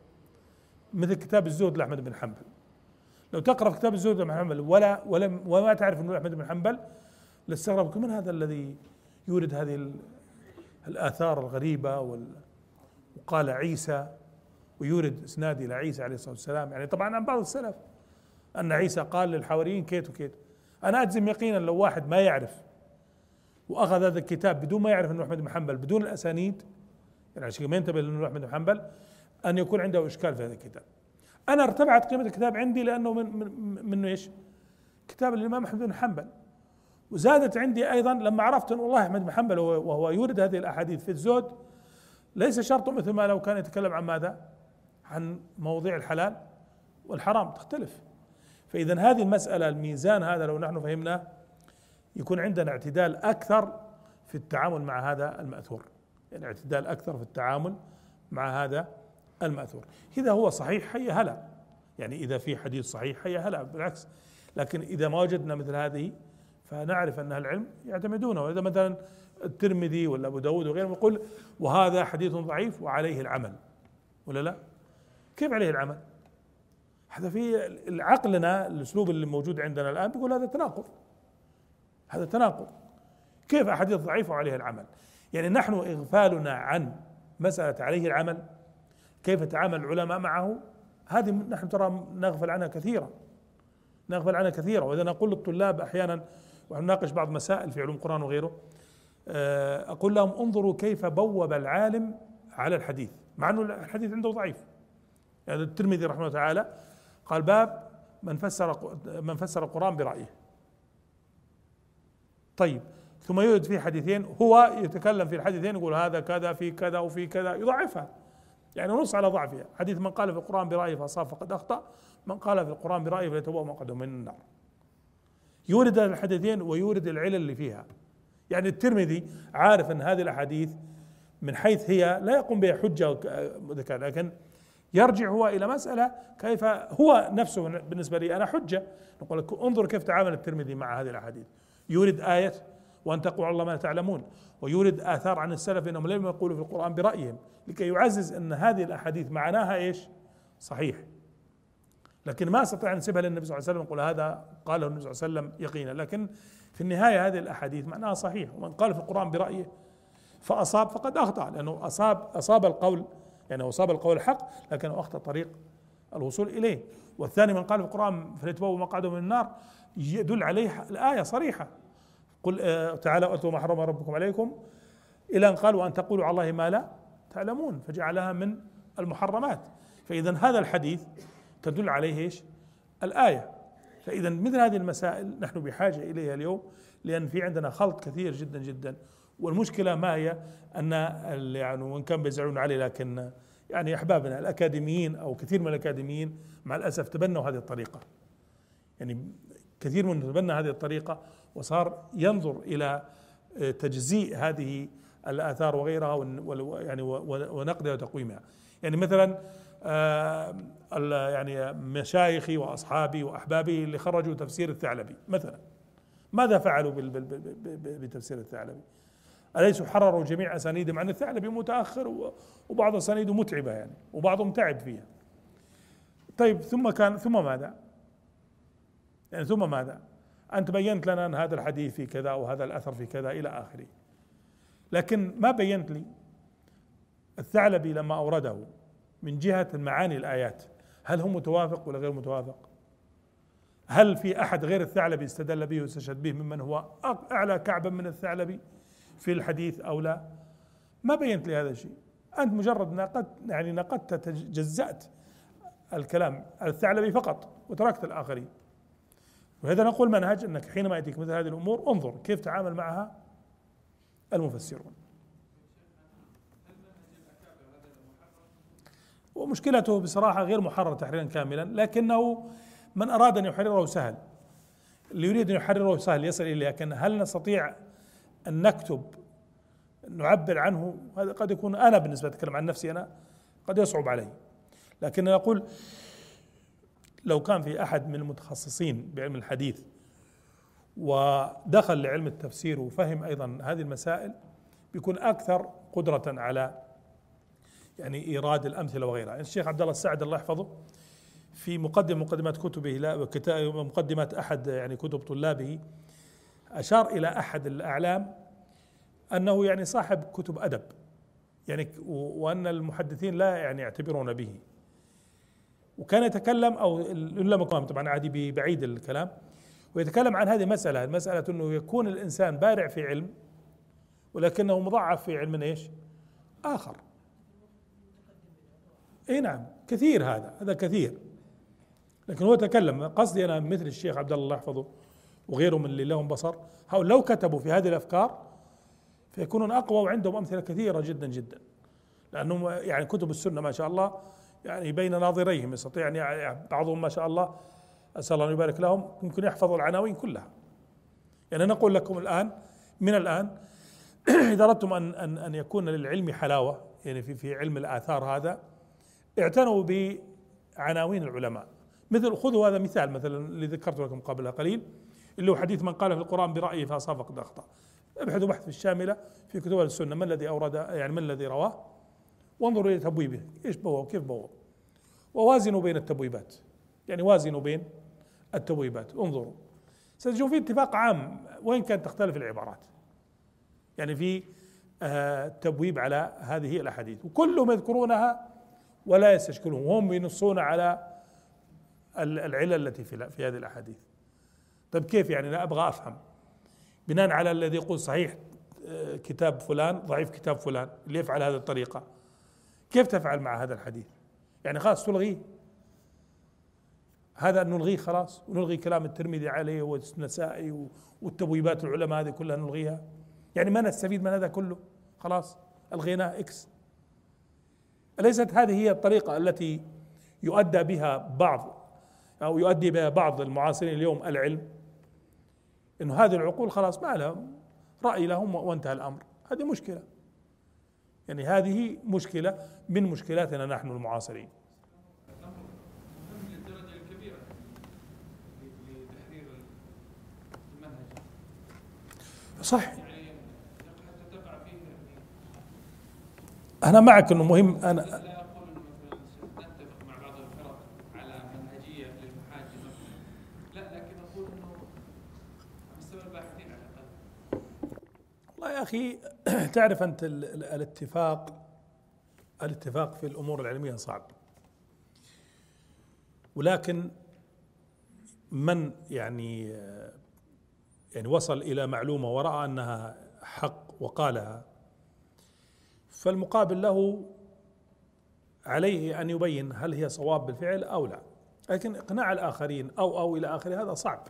مثل كتاب الزهد لأحمد بن حنبل. لو تقرأ في كتاب الزهد لأحمد بن حنبل وما تعرف أنه أحمد بن حنبل لاستغربك من هذا الذي يورد هذه الآثار الغريبة وقال عيسى ويورد إسناد إلى عيسى عليه الصلاة والسلام. يعني طبعا عن بعض السلف أن عيسى قال للحواريين كيت وكيت. أنا أجزم يقينا لو واحد ما يعرف وأخذ هذا الكتاب بدون ما يعرف أنه أحمد بن حنبل بدون الأسانيد، يعني عشان ما ينتبه لأنه أحمد بن حنبل، أن يكون عنده إشكال في هذا الكتاب. أنا ارتفعت قيمة الكتاب عندي لأنه من إيش؟ كتاب الإمام أحمد بن حنبل. وزادت عندي أيضا لما عرفت أن والله أحمد بن حنبل وهو يورد هذه الأحاديث في الزهد ليس شرط مثل ما لو كان يتكلم عن ماذا؟ عن مواضيع الحلال والحرام، تختلف. فإذا هذه المسألة الميزان هذا لو نحن فهمناه يكون عندنا اعتدال أكثر في التعامل مع هذا المأثور، يعني اعتدال أكثر في التعامل مع هذا المأثور. إذا هو صحيح هيا هلا، يعني إذا في حديث صحيح هيا هلا بالعكس. لكن إذا ما وجدنا مثل هذه فنعرف أن أهل العلم يعتمدونه. وإذا مثلا الترمذي ولا أبو داود وغيرهم يقول وهذا حديث ضعيف وعليه العمل، ولا لا؟ كيف عليه العمل؟ هذا في عقلنا الأسلوب اللي موجود عندنا الآن بيقول هذا تناقض، هذا تناقض. كيف أحاديث ضعيفة وعليها العمل؟ يعني نحن إغفالنا عن مسألة عليه العمل، كيف تعامل العلماء معه، هذه نحن ترى نغفل عنها كثيرا، نغفل عنها كثيرا. وإذا نقول للطلاب أحيانا ونناقش بعض مسائل في علوم القرآن وغيره، أقول لهم انظروا كيف بوب العالم على الحديث مع أنه الحديث عنده ضعيف. يعني الترمذي رحمه الله تعالى قال باب من فسر القرآن برأيه. طيب ثم يوجد فيه حديثين هو يتكلم في الحديثين يقول هذا كذا في كذا وفي كذا، يضعفها، يعني نص على ضعفها. حديث من قال في القرآن برأيه فأصاب فقد أخطأ، من قال في القرآن برأيه فليتبوأ مقعده من النار. يورد الحديثين ويورد العلل اللي فيها. يعني الترمذي عارف أن هذه الأحاديث من حيث هي لا يقوم بها حجة، لكن يرجع هو إلى مسألة كيف هو نفسه بالنسبة لي أنا حجة. نقول لك انظر كيف تعامل الترمذي مع هذه الأحاديث. يورد آية وأن تقولوا على الله ما لا تعلمون، ويورد آثار عن السلف أنهم لم يقولوا في القرآن برأيهم، لكي يعزز أن هذه الأحاديث معناها إيش؟ صحيح. لكن ما استطيع ان انسبها للنبي صلى الله عليه وسلم يقول هذا قاله النبي صلى الله عليه وسلم يقينا. لكن في النهايه هذه الاحاديث معناها صحيح، ومن قال في القران برايه فاصاب فقد اخطا، لانه اصاب القول، يعني اصاب القول الحق لكنه اخطا طريق الوصول اليه. والثاني من قال في القران فليتبوأ مقعده من النار، يدل عليه الايه صريحه، قل تعالى اتوا ما حرم ربكم عليكم، الى ان قال وان تقولوا على الله ما لا تعلمون، فجعلها من المحرمات. فاذا هذا الحديث تدل عليه ايش؟ الايه. فاذا مثل هذه المسائل نحن بحاجه اليها اليوم، لان في عندنا خلط كثير جدا جدا. والمشكله ما هي ان يعني وان كان بيزعلون عليه، لكن يعني احبابنا الاكاديميين او كثير من الاكاديميين مع الاسف تبنوا هذه الطريقه، يعني كثير منهم تبنى هذه الطريقه وصار ينظر الى تجزيء هذه الآثار وغيرها يعني ونقدها وتقويمها. يعني مثلا يعني مشايخي وأصحابي وأحبابي اللي خرجوا تفسير الثعلبي مثلا، ماذا فعلوا بتفسير الثعلبي؟ أليسوا حرروا جميع أسانيدهم؟ عن الثعلبي متأخر وبعض أسانيده متعبة يعني، وبعضهم تعب فيها. طيب ثم ماذا؟ يعني ثم ماذا؟ أنت بينت لنا أن هذا الحديث في كذا وهذا الأثر في كذا إلى آخره، لكن ما بينت لي الثعلبي لما أورده من جهة معاني الآيات هل هو متوافق ولا غير متوافق؟ هل في أحد غير الثعلبي استدل به واستشهد به ممن هو أعلى كعبا من الثعلبي في الحديث أو لا؟ ما بينت لي هذا الشيء. أنت مجرد نقدت جزأت الكلام الثعلبي فقط وتركت الآخرين. وهذا نقول منهج أنك حينما يأتيك مثل هذه الأمور انظر كيف تعامل معها المفسرون. ومشكلته بصراحة غير محرر تحريرا كاملا، لكنه من أراد أن يحرره سهل، اللي يريد أن يحرره سهل يصل إليه. لكن هل نستطيع أن نكتب نعبر عنه؟ هذا قد يكون، أنا بالنسبة أتكلم عن نفسي أنا، قد يصعب علي. لكن نقول لو كان في أحد من المتخصصين بعلم الحديث ودخل لعلم التفسير وفهم أيضا هذه المسائل بيكون أكثر قدرة على يعني إيراد الأمثلة وغيرها. يعني الشيخ عبد الله الساعد الله يحفظه في مقدمات كتبه مقدمات أحد يعني كتب طلابه أشار إلى أحد الأعلام أنه يعني صاحب كتب أدب، يعني وأن المحدثين لا يعني يعتبرون به. وكان يتكلم أو إلا مقام طبعا عادي بعيد الكلام، ويتكلم عن هذه المسألة أنه يكون الإنسان بارع في علم ولكنه مضعف في علم ايش؟ آخر. اي نعم كثير، هذا كثير. لكن هو تكلم، قصدي أنا مثل الشيخ عبد الله يحفظه وغيره من اللي لهم بصر، هؤلاء لو كتبوا في هذه الأفكار فيكونون أقوى وعندهم أمثلة كثيرة جدا جدا، لأنهم يعني كتب السنة ما شاء الله يعني بين ناظريهم يستطيع يعني بعضهم ما شاء الله أسأل الله أن يبارك لهم يمكن يحفظوا العناوين كلها. يعني نقول لكم الآن من الآن إذا أردتم أن يكون للعلم حلاوة يعني في علم الآثار هذا، اعتنوا بعناوين العلماء. مثل خذوا هذا مثال مثلا اللي ذكرت لكم قبل قليل، اللي هو حديث من قال في القرآن برأيه فأصاب فقد أخطأ. ابحثوا بحث الشاملة في كتب السنة من الذي أورد، يعني من الذي رواه، وانظروا إلى تبويبه إيش بواب وكيف بواب، ووازنوا بين التبويبات، يعني وازنوا بين التبويبات، انظروا ستجدون في اتفاق عام وإن كانت تختلف العبارات يعني في التبويب على هذه الأحاديث، وكلهم يذكرونها ولا يستشكلون، وهم ينصون على العلل التي في هذه الأحاديث. طيب كيف يعني؟ أنا أبغى أفهم بناء على الذي يقول صحيح كتاب فلان ضعيف كتاب فلان، اللي يفعل هذه الطريقة كيف تفعل مع هذا الحديث؟ يعني خلاص تلغيه، هذا نلغيه خلاص، ونلغي كلام الترمذي عليه والنسائي والتبويبات العلماء هذه كلها نلغيها، يعني ما نستفيد من هذا كله، خلاص ألغيناه إكس. أليست هذه هي الطريقة التي يؤدى بها بعض المعاصرين اليوم العلم؟ إنه هذه العقول خلاص ما لهم رأي لهم وانتهى الأمر. هذه مشكلة، يعني هذه مشكلة من مشكلاتنا نحن المعاصرين. صح، أنا معك إنه مهم. أنا لا أقول إنه نتفق مع بعض الفرق على منهجية أخي تعرف أنت الاتفاق في الأمور العلمية صعب، ولكن من يعني وصل إلى معلومة ورأى أنها حق وقالها، فالمقابل له عليه أن يبين هل هي صواب بالفعل أو لا، لكن إقناع الآخرين أو إلى آخره هذا صعب.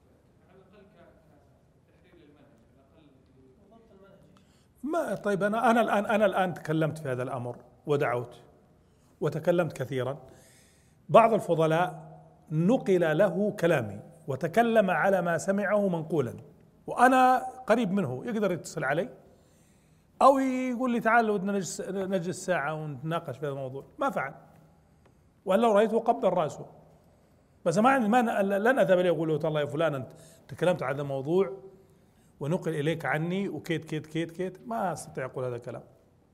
ما طيب أنا الآن تكلمت في هذا الأمر ودعوت وتكلمت كثيرا، بعض الفضلاء نقل له كلامي وتكلم على ما سمعه منقولا، وأنا قريب منه، يقدر يتصل علي أو يقول لي تعال ودنا نجلس ساعة ونتناقش في هذا الموضوع، ما فعل، ولا لو رأيته قبل رأسه، بس ما لن أذهب إليه أقول له والله يا فلان أنت تكلمت عن هذا الموضوع ونقل إليك عني وكيت كيت كيت كيت، ما أستطيع أقول هذا الكلام.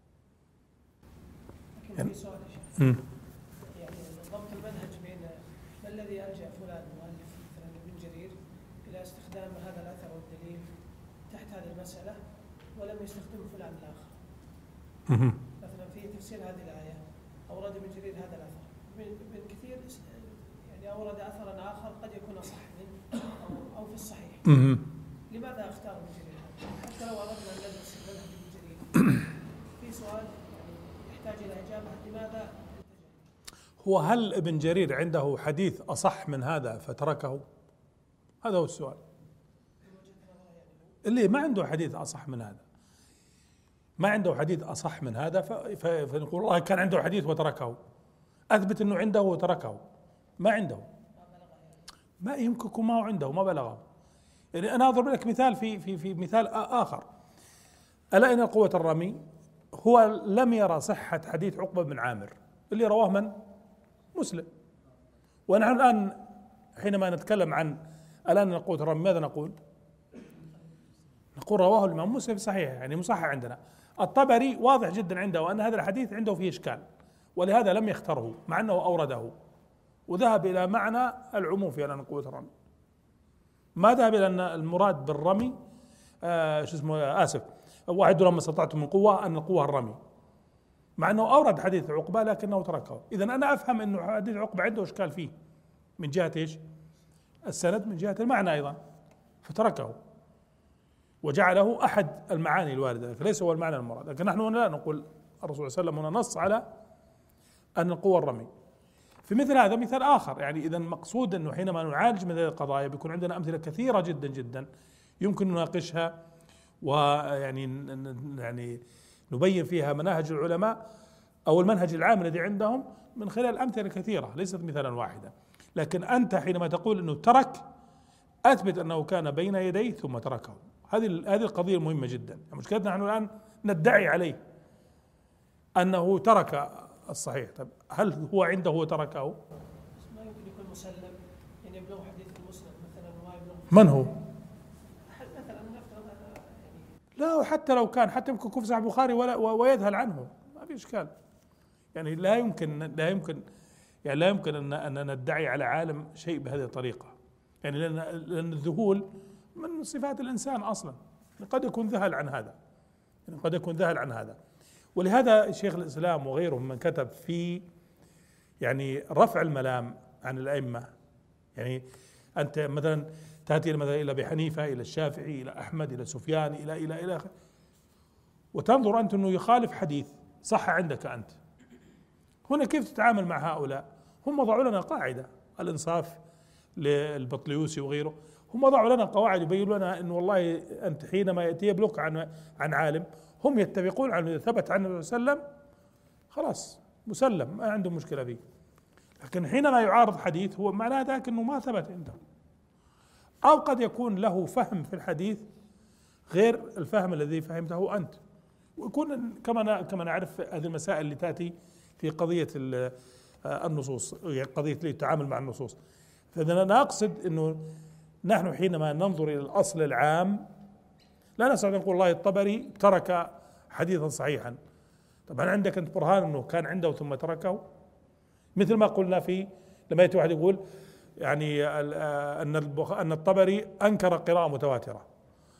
لكن في سؤال يا شيخ، يعني ضبط المنهج بين ما الذي ألجأ فلان المؤلف مثلا ابن جرير إلى استخدام هذا الأثر والدليل تحت هذه المسألة ولم يستخدمه فلان الآخر. مثلا في تفسير هذه الآية أورد ابن جرير هذا الأثر، ابن كثير يعني أورد أثرا آخر قد يكون أصح منه أو في الصحيح. لماذا اختار ابن جرير هذا؟ حتى لو أردنا أن ندرس المنهج ابن جرير في سؤال يحتاج إلى إجابة، لماذا؟ هو هل ابن جرير عنده حديث أصح من هذا فتركه؟ هذا هو السؤال. اللي ما عنده حديث أصح من هذا، ما عنده حديث أصح من هذا فنقول الله كان عنده حديث وتركه، أثبت أنه عنده وتركه، ما عنده، ما يمكن يكون ما هو عنده ما بلغه. يعني أنا أضرب لك مثال في مثال آخر، ألا إن قوة الرمي هو لم يرى صحة حديث عقبة بن عامر اللي رواه من؟ مسلم. ونحن الآن حينما نتكلم عن الآن قوة الرمي ماذا نقول؟ نقول رواه الإمام مسلم صحيح، يعني مصحح عندنا. الطبري واضح جدا عنده أن هذا الحديث عنده فيه إشكال، ولهذا لم يختره مع أنه أورده، وذهب إلى معنى العموم في أن قوة الرمي، ما ذهب إلى أن المراد بالرمي واعدوا لما استطعتم من قوة أن القوة الرمي، مع أنه أورد حديث عقبة لكنه تركه. إذا أنا أفهم أنه حديث عقبة عنده إشكال فيه من جهة إيش؟ السند، من جهة المعنى أيضا، فتركه وجعله أحد المعاني الواردة، فليس هو المعنى المراد. لكن نحن لا نقول، الرسول صلى الله عليه وسلم هنا نص على أن القوة الرمي. في مثل هذا مثال آخر، يعني إذا المقصود أنه حينما نعالج مثل هذه القضايا بيكون عندنا أمثلة كثيرة جدا جدا يمكن نناقشها، يعني نبين فيها مناهج العلماء أو المنهج العام الذي عندهم من خلال أمثلة كثيرة ليست مثالا واحدا. لكن أنت حينما تقول أنه ترك، أثبت أنه كان بين يديه ثم تركه. هذه القضية مهمة جدا. مشكلتنا نحن الآن ندعي عليه أنه ترك الصحيح، طيب هل هو عنده وتركه؟ ما يمكن يكون مسلم، يعني يبلغ حديث المسلم مثلا وما يبلغ من هو؟ مثلا نفترض يعني لا، حتى لو كان، حتى يمكن يكون في صحيح البخاري ويذهل عنه، ما في إشكال. يعني لا يمكن أن ندعي على عالم شيء بهذه الطريقة، يعني لأن الذهول من صفات الإنسان أصلا، قد يكون ذهل عن هذا، ولهذا شيخ الإسلام وغيره من كتب في يعني رفع الملام عن الأئمة. يعني أنت مثلا تأتي مثلا إلى أبي حنيفة، إلى الشافعي، إلى أحمد، إلى سفيان، إلى آخره، وتنظر أنت أنه يخالف حديث صح عندك أنت، هنا كيف تتعامل مع هؤلاء؟ هم وضعوا لنا قاعدة، الإنصاف للبطليوسي وغيره، هم وضعوا لنا قواعد يبينوا لنا أنه والله أنت حينما يأتي يبلغ عن عالم، هم يتفقون على إذا ثبت عن النبي صلى الله عليه وسلم خلاص مسلم، ما عندهم مشكلة فيه. لكن حينما يعارض حديث هو معناه ذاك أنه ما ثبت عنده، أو قد يكون له فهم في الحديث غير الفهم الذي فهمته أنت، ويكون كما نعرف هذه المسائل اللي تأتي في قضية النصوص، قضية التعامل مع النصوص. فإذا أنا أقصد أنه نحن حينما ننظر إلى الأصل العام لا نستطيع أن نقول والله الطبري ترك حديثا صحيحا. طبعا عندك أنت برهان أنه كان عنده ثم تركه، مثل ما قلنا لما يأتي واحد يقول يعني أن الطبري أنكر قراءة متواترة،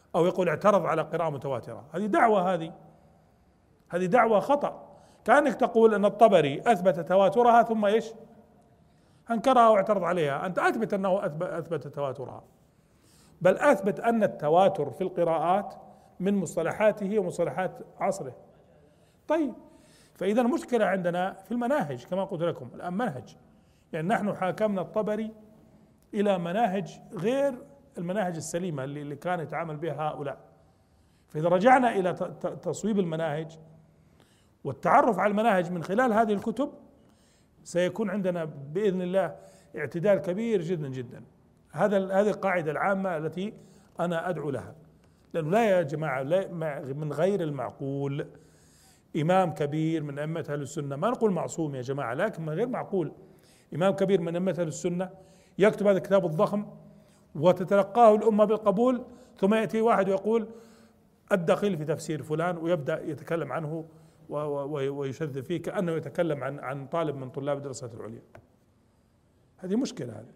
أو يقول اعترض على قراءة متواترة. هذه دعوة، هذه دعوة خطأ. كأنك تقول أن الطبري أثبت تواترها ثم إيش؟ أنكرها واعترض عليها. أنت أثبت أنه أثبت تواترها، بل أثبت أن التواتر في القراءات من مصطلحاته ومصطلحات عصره. طيب، فإذا المشكلة عندنا في المناهج كما قلت لكم الآن، منهج، يعني نحن حاكمنا الطبري إلى مناهج غير المناهج السليمة اللي كان يتعامل بها هؤلاء. فإذا رجعنا إلى تصويب المناهج والتعرف على المناهج من خلال هذه الكتب، سيكون عندنا بإذن الله اعتدال كبير جدا جدا. هذه القاعدة العامة التي أنا أدعو لها، لأنه لا يا جماعة، لا من غير المعقول إمام كبير من أئمة أهل السنة، ما نقول معصوم يا جماعة، لكن من غير معقول إمام كبير من أئمة أهل السنة يكتب هذا الكتاب الضخم وتتلقاه الأمة بالقبول، ثم يأتي واحد ويقول الدخيل في تفسير فلان ويبدأ يتكلم عنه ويشذ فيه كأنه يتكلم عن طالب من طلاب الدراسات العليا. هذه مشكلة هذه.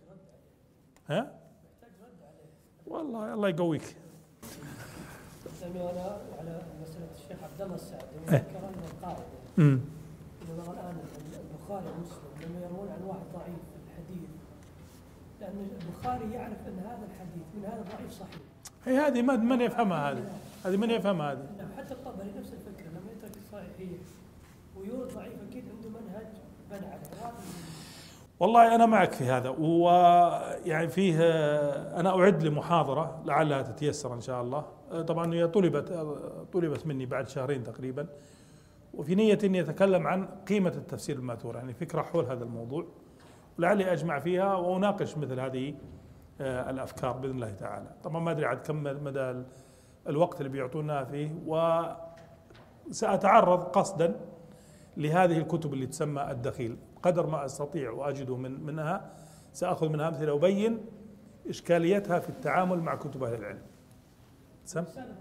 ها؟ والله الله يقويك. سمعنا على مسألة الشيخ عبد الله السعدي ذكر أن القاعدة إنه الآن البخاري ومسلم لما يروون عن واحد ضعيف في الحديث، لأن البخاري يعرف أن هذا الحديث من هذا الضعيف صحيح. هي هذه من يفهمها هذه من يفهمها هذه. نعم، حتى الطبري نفس الفكرة، لما يترك الصحيحية ويورد ضعيف أكيد عنده منهج بنى عليه. والله أنا معك في هذا، ويعني فيه أنا أعد لمحاضرة لعلها تتيسر إن شاء الله. طبعا هي طلبت مني بعد شهرين تقريبا، وفي نية إني أتكلم عن قيمة التفسير الماثور، يعني فكرة حول هذا الموضوع، ولعلي أجمع فيها وأناقش مثل هذه الأفكار بإذن الله تعالى. طبعا ما أدري عاد كم مدى الوقت اللي بيعطونا فيه، وسأتعرض قصدا لهذه الكتب اللي تسمى الدخيل قدر ما أستطيع وأجده منها، سأخذ منها أمثلة وأبين إشكاليتها في التعامل مع كتب أهل العلم. سم؟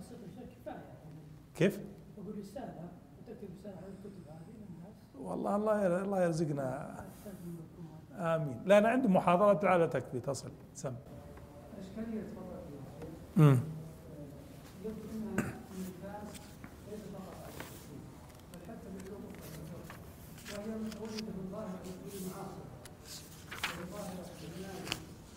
كيف؟ أقول رسالة وتكتب رسالة عن الكتب هذه للناس. والله الله يرزقنا، آمين. لا أنا عندي محاضرة على تكفي تصل. سم؟ إشكالية تفضل يبدو أن الناس ليس فقط على التفسير بل حتى بالعلوم وهي متولدة من ظاهرة الدين المعاصر وهي ظاهرة الإعلام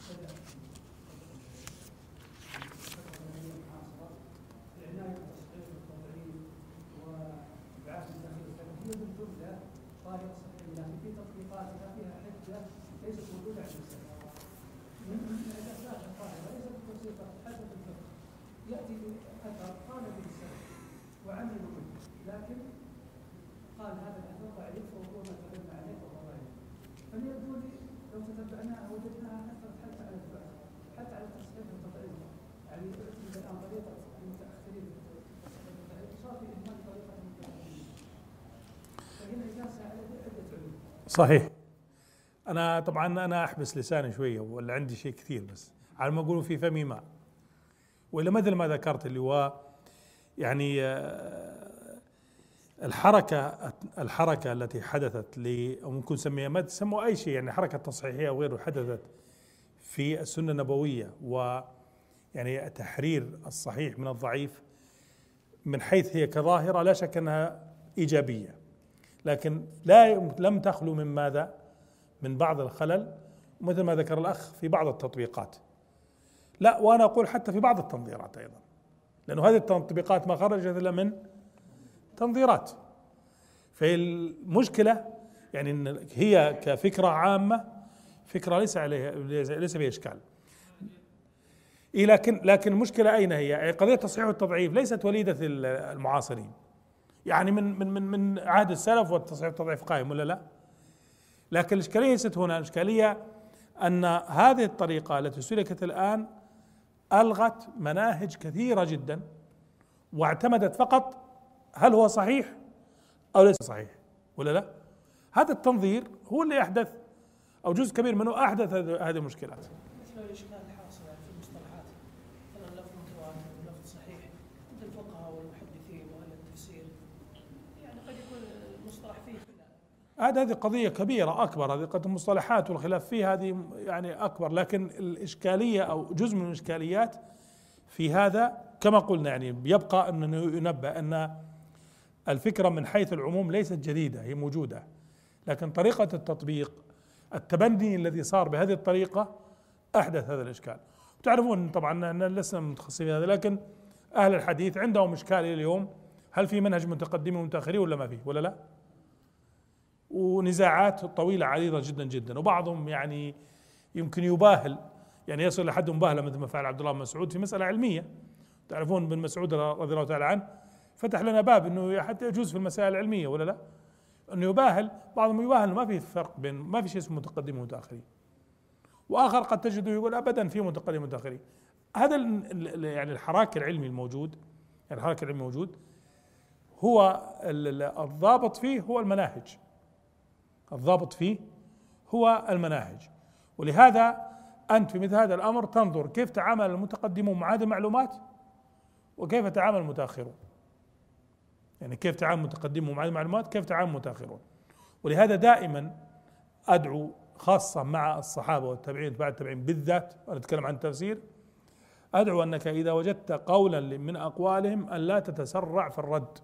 العناية بالتصحيح والتضعيف وبعث الدخيل، هي بالجملة ظاهرة صحيح، لكن في تطبيقاتها فيها حجة ليست موجودة عند السلف. من الأساس القاعدة ليست التفسير حتى في الفقه يأتي أثر قال به السلف وعملوا به، لكن قال هذا الأثر ضعيف وهو ما تكلمنا عليه وهو ضعيف. فليبدو لي لو تتبعناها وجدناها أثرت حتى على البحث، حتى على التصحيح والتضعيف. يعني اعتمد الآن طريقة المتأخرين صار في إهمال طريقة المتأخرين، فهنا يقاس على عدة علوم. صحيح. أنا طبعا أحبس لساني شوية ولا عندي شيء كثير، بس على ما يقولوا في فمي ماء. وإلا مثل ما ذكرت اللي هو يعني الحركة التي حدثت أو ممكن نسميها ما تسموا أي شيء، يعني حركة تصحيحية أو غيره حدثت في السنة النبوية، ويعني تحرير الصحيح من الضعيف من حيث هي كظاهرة لا شك أنها إيجابية، لكن لم تخلو من ماذا؟ من بعض الخلل، مثل ما ذكر الأخ في بعض التطبيقات. لا، وأنا أقول حتى في بعض التنظيرات أيضا، لأنه هذه التطبيقات ما خرجت إلا من تنظيرات. فالمشكلة يعني إن هي كفكرة عامة فكرة ليس فيها إشكال. لكن المشكلة أين هي؟ قضية التصحيح والتضعيف ليست وليدة المعاصرين، يعني من عهد السلف والتصحيح والتضعيف قائم ولا لا؟ لكن الإشكالية ليست هنا، الإشكالية أن هذه الطريقة التي سلكت الآن ألغت مناهج كثيرة جدا واعتمدت فقط هل هو صحيح أو ليس صحيح ولا لا. هذا التنظير هو اللي أحدث أو جزء كبير منه أحدث هذه المشكلات. مثل الإشكال الحاصل في المصطلحات، مثلا لفظ متواتر ولفظ صحيح عند الفقهاء والمحدثين وأهل التفسير، يعني قد يكون المصطلح فيه هذه قضية كبيرة أكبر، هذه قد المصطلحات والخلاف فيها هذه يعني أكبر، لكن الإشكالية أو جزء من الإشكاليات في هذا كما قلنا يعني يبقى أن ينبه أن الفكرة من حيث العموم ليست جديدة، هي موجودة، لكن طريقة التطبيق التبني الذي صار بهذه الطريقة أحدث هذا الإشكال. تعرفون طبعا أننا لسنا متخصصين في هذا، لكن أهل الحديث عندهم إشكال إلى اليوم، هل في منهج متقدمين ومتأخرين ولا ما فيه ولا لا؟ ونزاعات طويلة عريضة جدا جدا، وبعضهم يعني يمكن يباهل، يعني يصل لحد مباهلة مثل ما فعل عبد الله بن مسعود في مسألة علمية. تعرفون بن مسعود رضي الله تعالى عنه فتح لنا باب انه حتى يجوز في المسائل العلمية ولا لا؟ انه يباهل، بعضهم يباهل ما في فرق بين، ما في شيء اسمه متقدمين ومتأخرين، واخر قد تجده يقول ابدا في متقدمين ومتأخرين. هذا يعني الحراك العلمي الموجود، يعني الحراك العلمي الموجود هو الضابط فيه هو المناهج، الضابط فيه هو المناهج. ولهذا أنت في مثل هذا الأمر تنظر كيف تعامل المتقدمون مع هذه المعلومات وكيف تعامل المتأخرون، يعني كيف تعامل المتقدمون مع هذه المعلومات، كيف تعامل المتأخرون. ولهذا دائما أدعو خاصة مع الصحابة والتابعين بعد التابعين بالذات، وأنا أتكلم عن التفسير، أدعو أنك إذا وجدت قولا من أقوالهم أن لا تتسرع في الرد،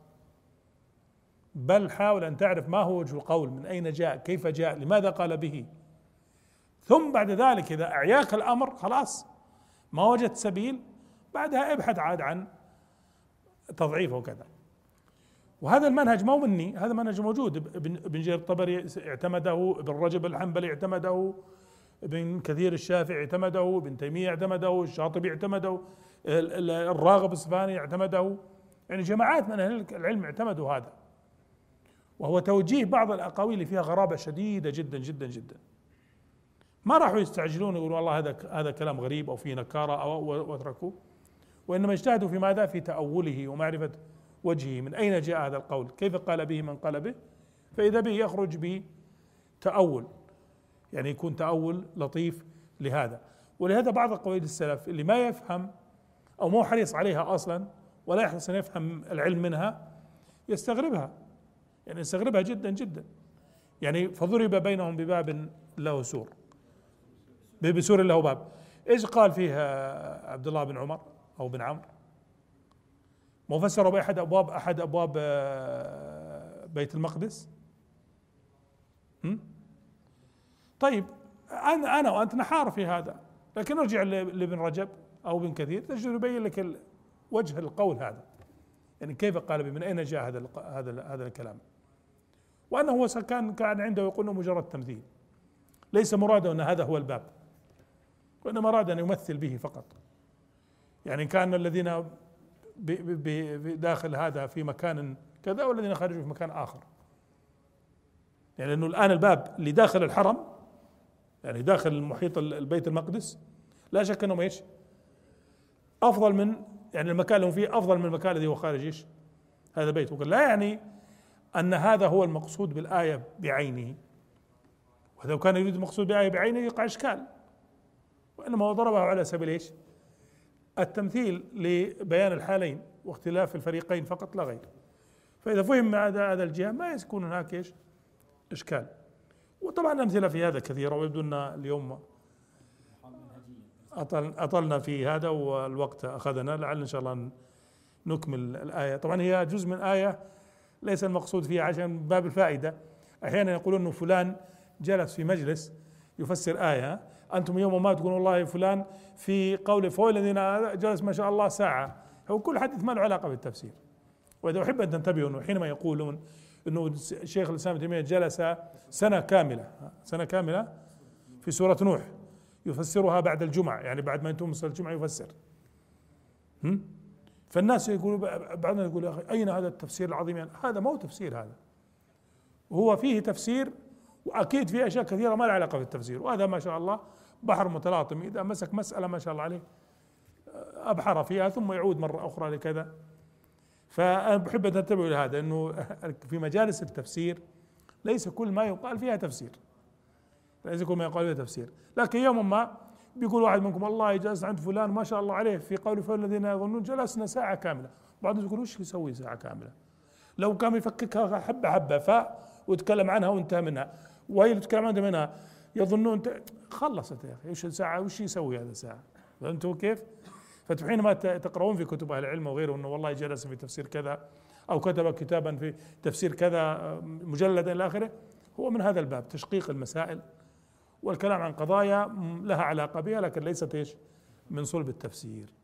بل حاول أن تعرف ما هو وجه القول، من أين جاء، كيف جاء، لماذا قال به، ثم بعد ذلك إذا أعياك الأمر خلاص ما وجدت سبيل بعدها ابحث عاد عن تضعيفه وكذا. وهذا المنهج مو مني، هذا منهج موجود، ابن جرير الطبري اعتمده، ابن رجب الحنبلي اعتمده، ابن كثير الشافعي اعتمده، ابن تيمية اعتمده، الشاطبي اعتمده، الراغب الصفاني اعتمده، يعني جماعات من أهل العلم اعتمدوا هذا. وهو توجيه بعض الأقاويل اللي فيها غرابة شديدة جدا جدا جدا، ما راحوا يستعجلون يقولوا والله هذا كلام غريب او فيه نكاره او واتركوه، وانما اجتهدوا في ماذا؟ في تأوله ومعرفة وجهه، من اين جاء هذا القول، كيف قال به من قال به، فاذا به يخرج بتأول، يعني يكون تأول لطيف لهذا. ولهذا بعض قواعد السلف اللي ما يفهم او مو حريص عليها اصلا ولا يحرص ان يفهم العلم منها يستغربها، يعني يستغربها جدا جدا. يعني فضرب بينهم بباب له سور، بسور له باب. ايش قال فيها عبد الله بن عمر او بن عمرو؟ مو فسروا باحد ابواب بيت المقدس؟ طيب انا وانت نحار في هذا، لكن ارجع لابن رجب او ابن كثير تجد يبين لك وجه القول هذا، يعني كيف قال به، من اين جاء هذا الكلام، وانه هو كان عنده يقول انه مجرد تمثيل، ليس مراده ان هذا هو الباب، وإنما أراد أن يمثل به فقط. يعني كان الذين داخل هذا في مكان كذا والذين خرجوا في مكان آخر، يعني لأنه الآن الباب اللي داخل الحرم، يعني داخل محيط البيت المقدس، لا شك أنه ايش؟ أفضل من، يعني المكان اللي هم فيه أفضل من المكان الذي هو خارج ايش؟ هذا البيت. وقال لا يعني أن هذا هو المقصود بالآية بعينه، ولو كان يريد المقصود بالآية بعينه يقع إشكال، وإنما هو ضربه على سبيل ايش؟ التمثيل لبيان الحالين واختلاف الفريقين فقط لا غير. فإذا فهم هذا الجهة ما يكون هناك ايش؟ إشكال. وطبعا الأمثلة في هذا كثيرة، ويبدو أن اليوم أطلنا في هذا والوقت أخذنا، لعل إن شاء الله نكمل الآية. طبعا هي جزء من آية ليس المقصود فيها عشان باب الفائدة. أحيانا يقولون أنه فلان جلس في مجلس يفسر آية، أنتم يوم ما تقولون والله فلان في قوله فوق الذين جلس ما شاء الله ساعة، هو كل حديث ما له علاقة بالتفسير. وإذا أحب أن تنتبهوا أنه حينما يقولون أنه شيخ الإسلام ابن تيمية جلس سنة كاملة في سورة نوح يفسرها بعد الجمعة، يعني بعد ما ينتهي من صلاة الجمعة يفسر. فالناس يقولوا، بعضنا يقول يا أخي أين هذا التفسير العظيم؟ يعني هذا ما هو تفسير، هذا هو فيه تفسير، وأكيد في أشياء كثيرة ما لها علاقة بالتفسير، وهذا ما شاء الله بحر متلاطم، إذا مسك مسألة ما شاء الله عليه أبحر فيها ثم يعود مرة أخرى لكذا. فأنا بحب أن تنتبهوا لهذا، أنه في مجالس التفسير ليس كل ما يقال فيها تفسير، ليس كل ما يقال فيها تفسير. لكن يوم ما بيقول واحد منكم والله جلس عند فلان ما شاء الله عليه في قول فلان الذين يظنون جلسنا ساعة كاملة، بعضهم يقول وش يسوي ساعة كاملة؟ لو كان يفككها حبة حبة ويتكلم عنها وانتهى منها، وهي اللي تتكلم عنها منها يظنون خلصت يا أخي، وش ساعة وش يسوي هذا ساعة؟ فهمتوا كيف؟ فانتم حينما تقرؤون في كتب اهل العلم وغيره انه والله جلس في تفسير كذا او كتب كتابا في تفسير كذا مجلدا الى اخره، هو من هذا الباب تشقيق المسائل والكلام عن قضايا لها علاقه بها، لكن ليست ايش؟ من صلب التفسير.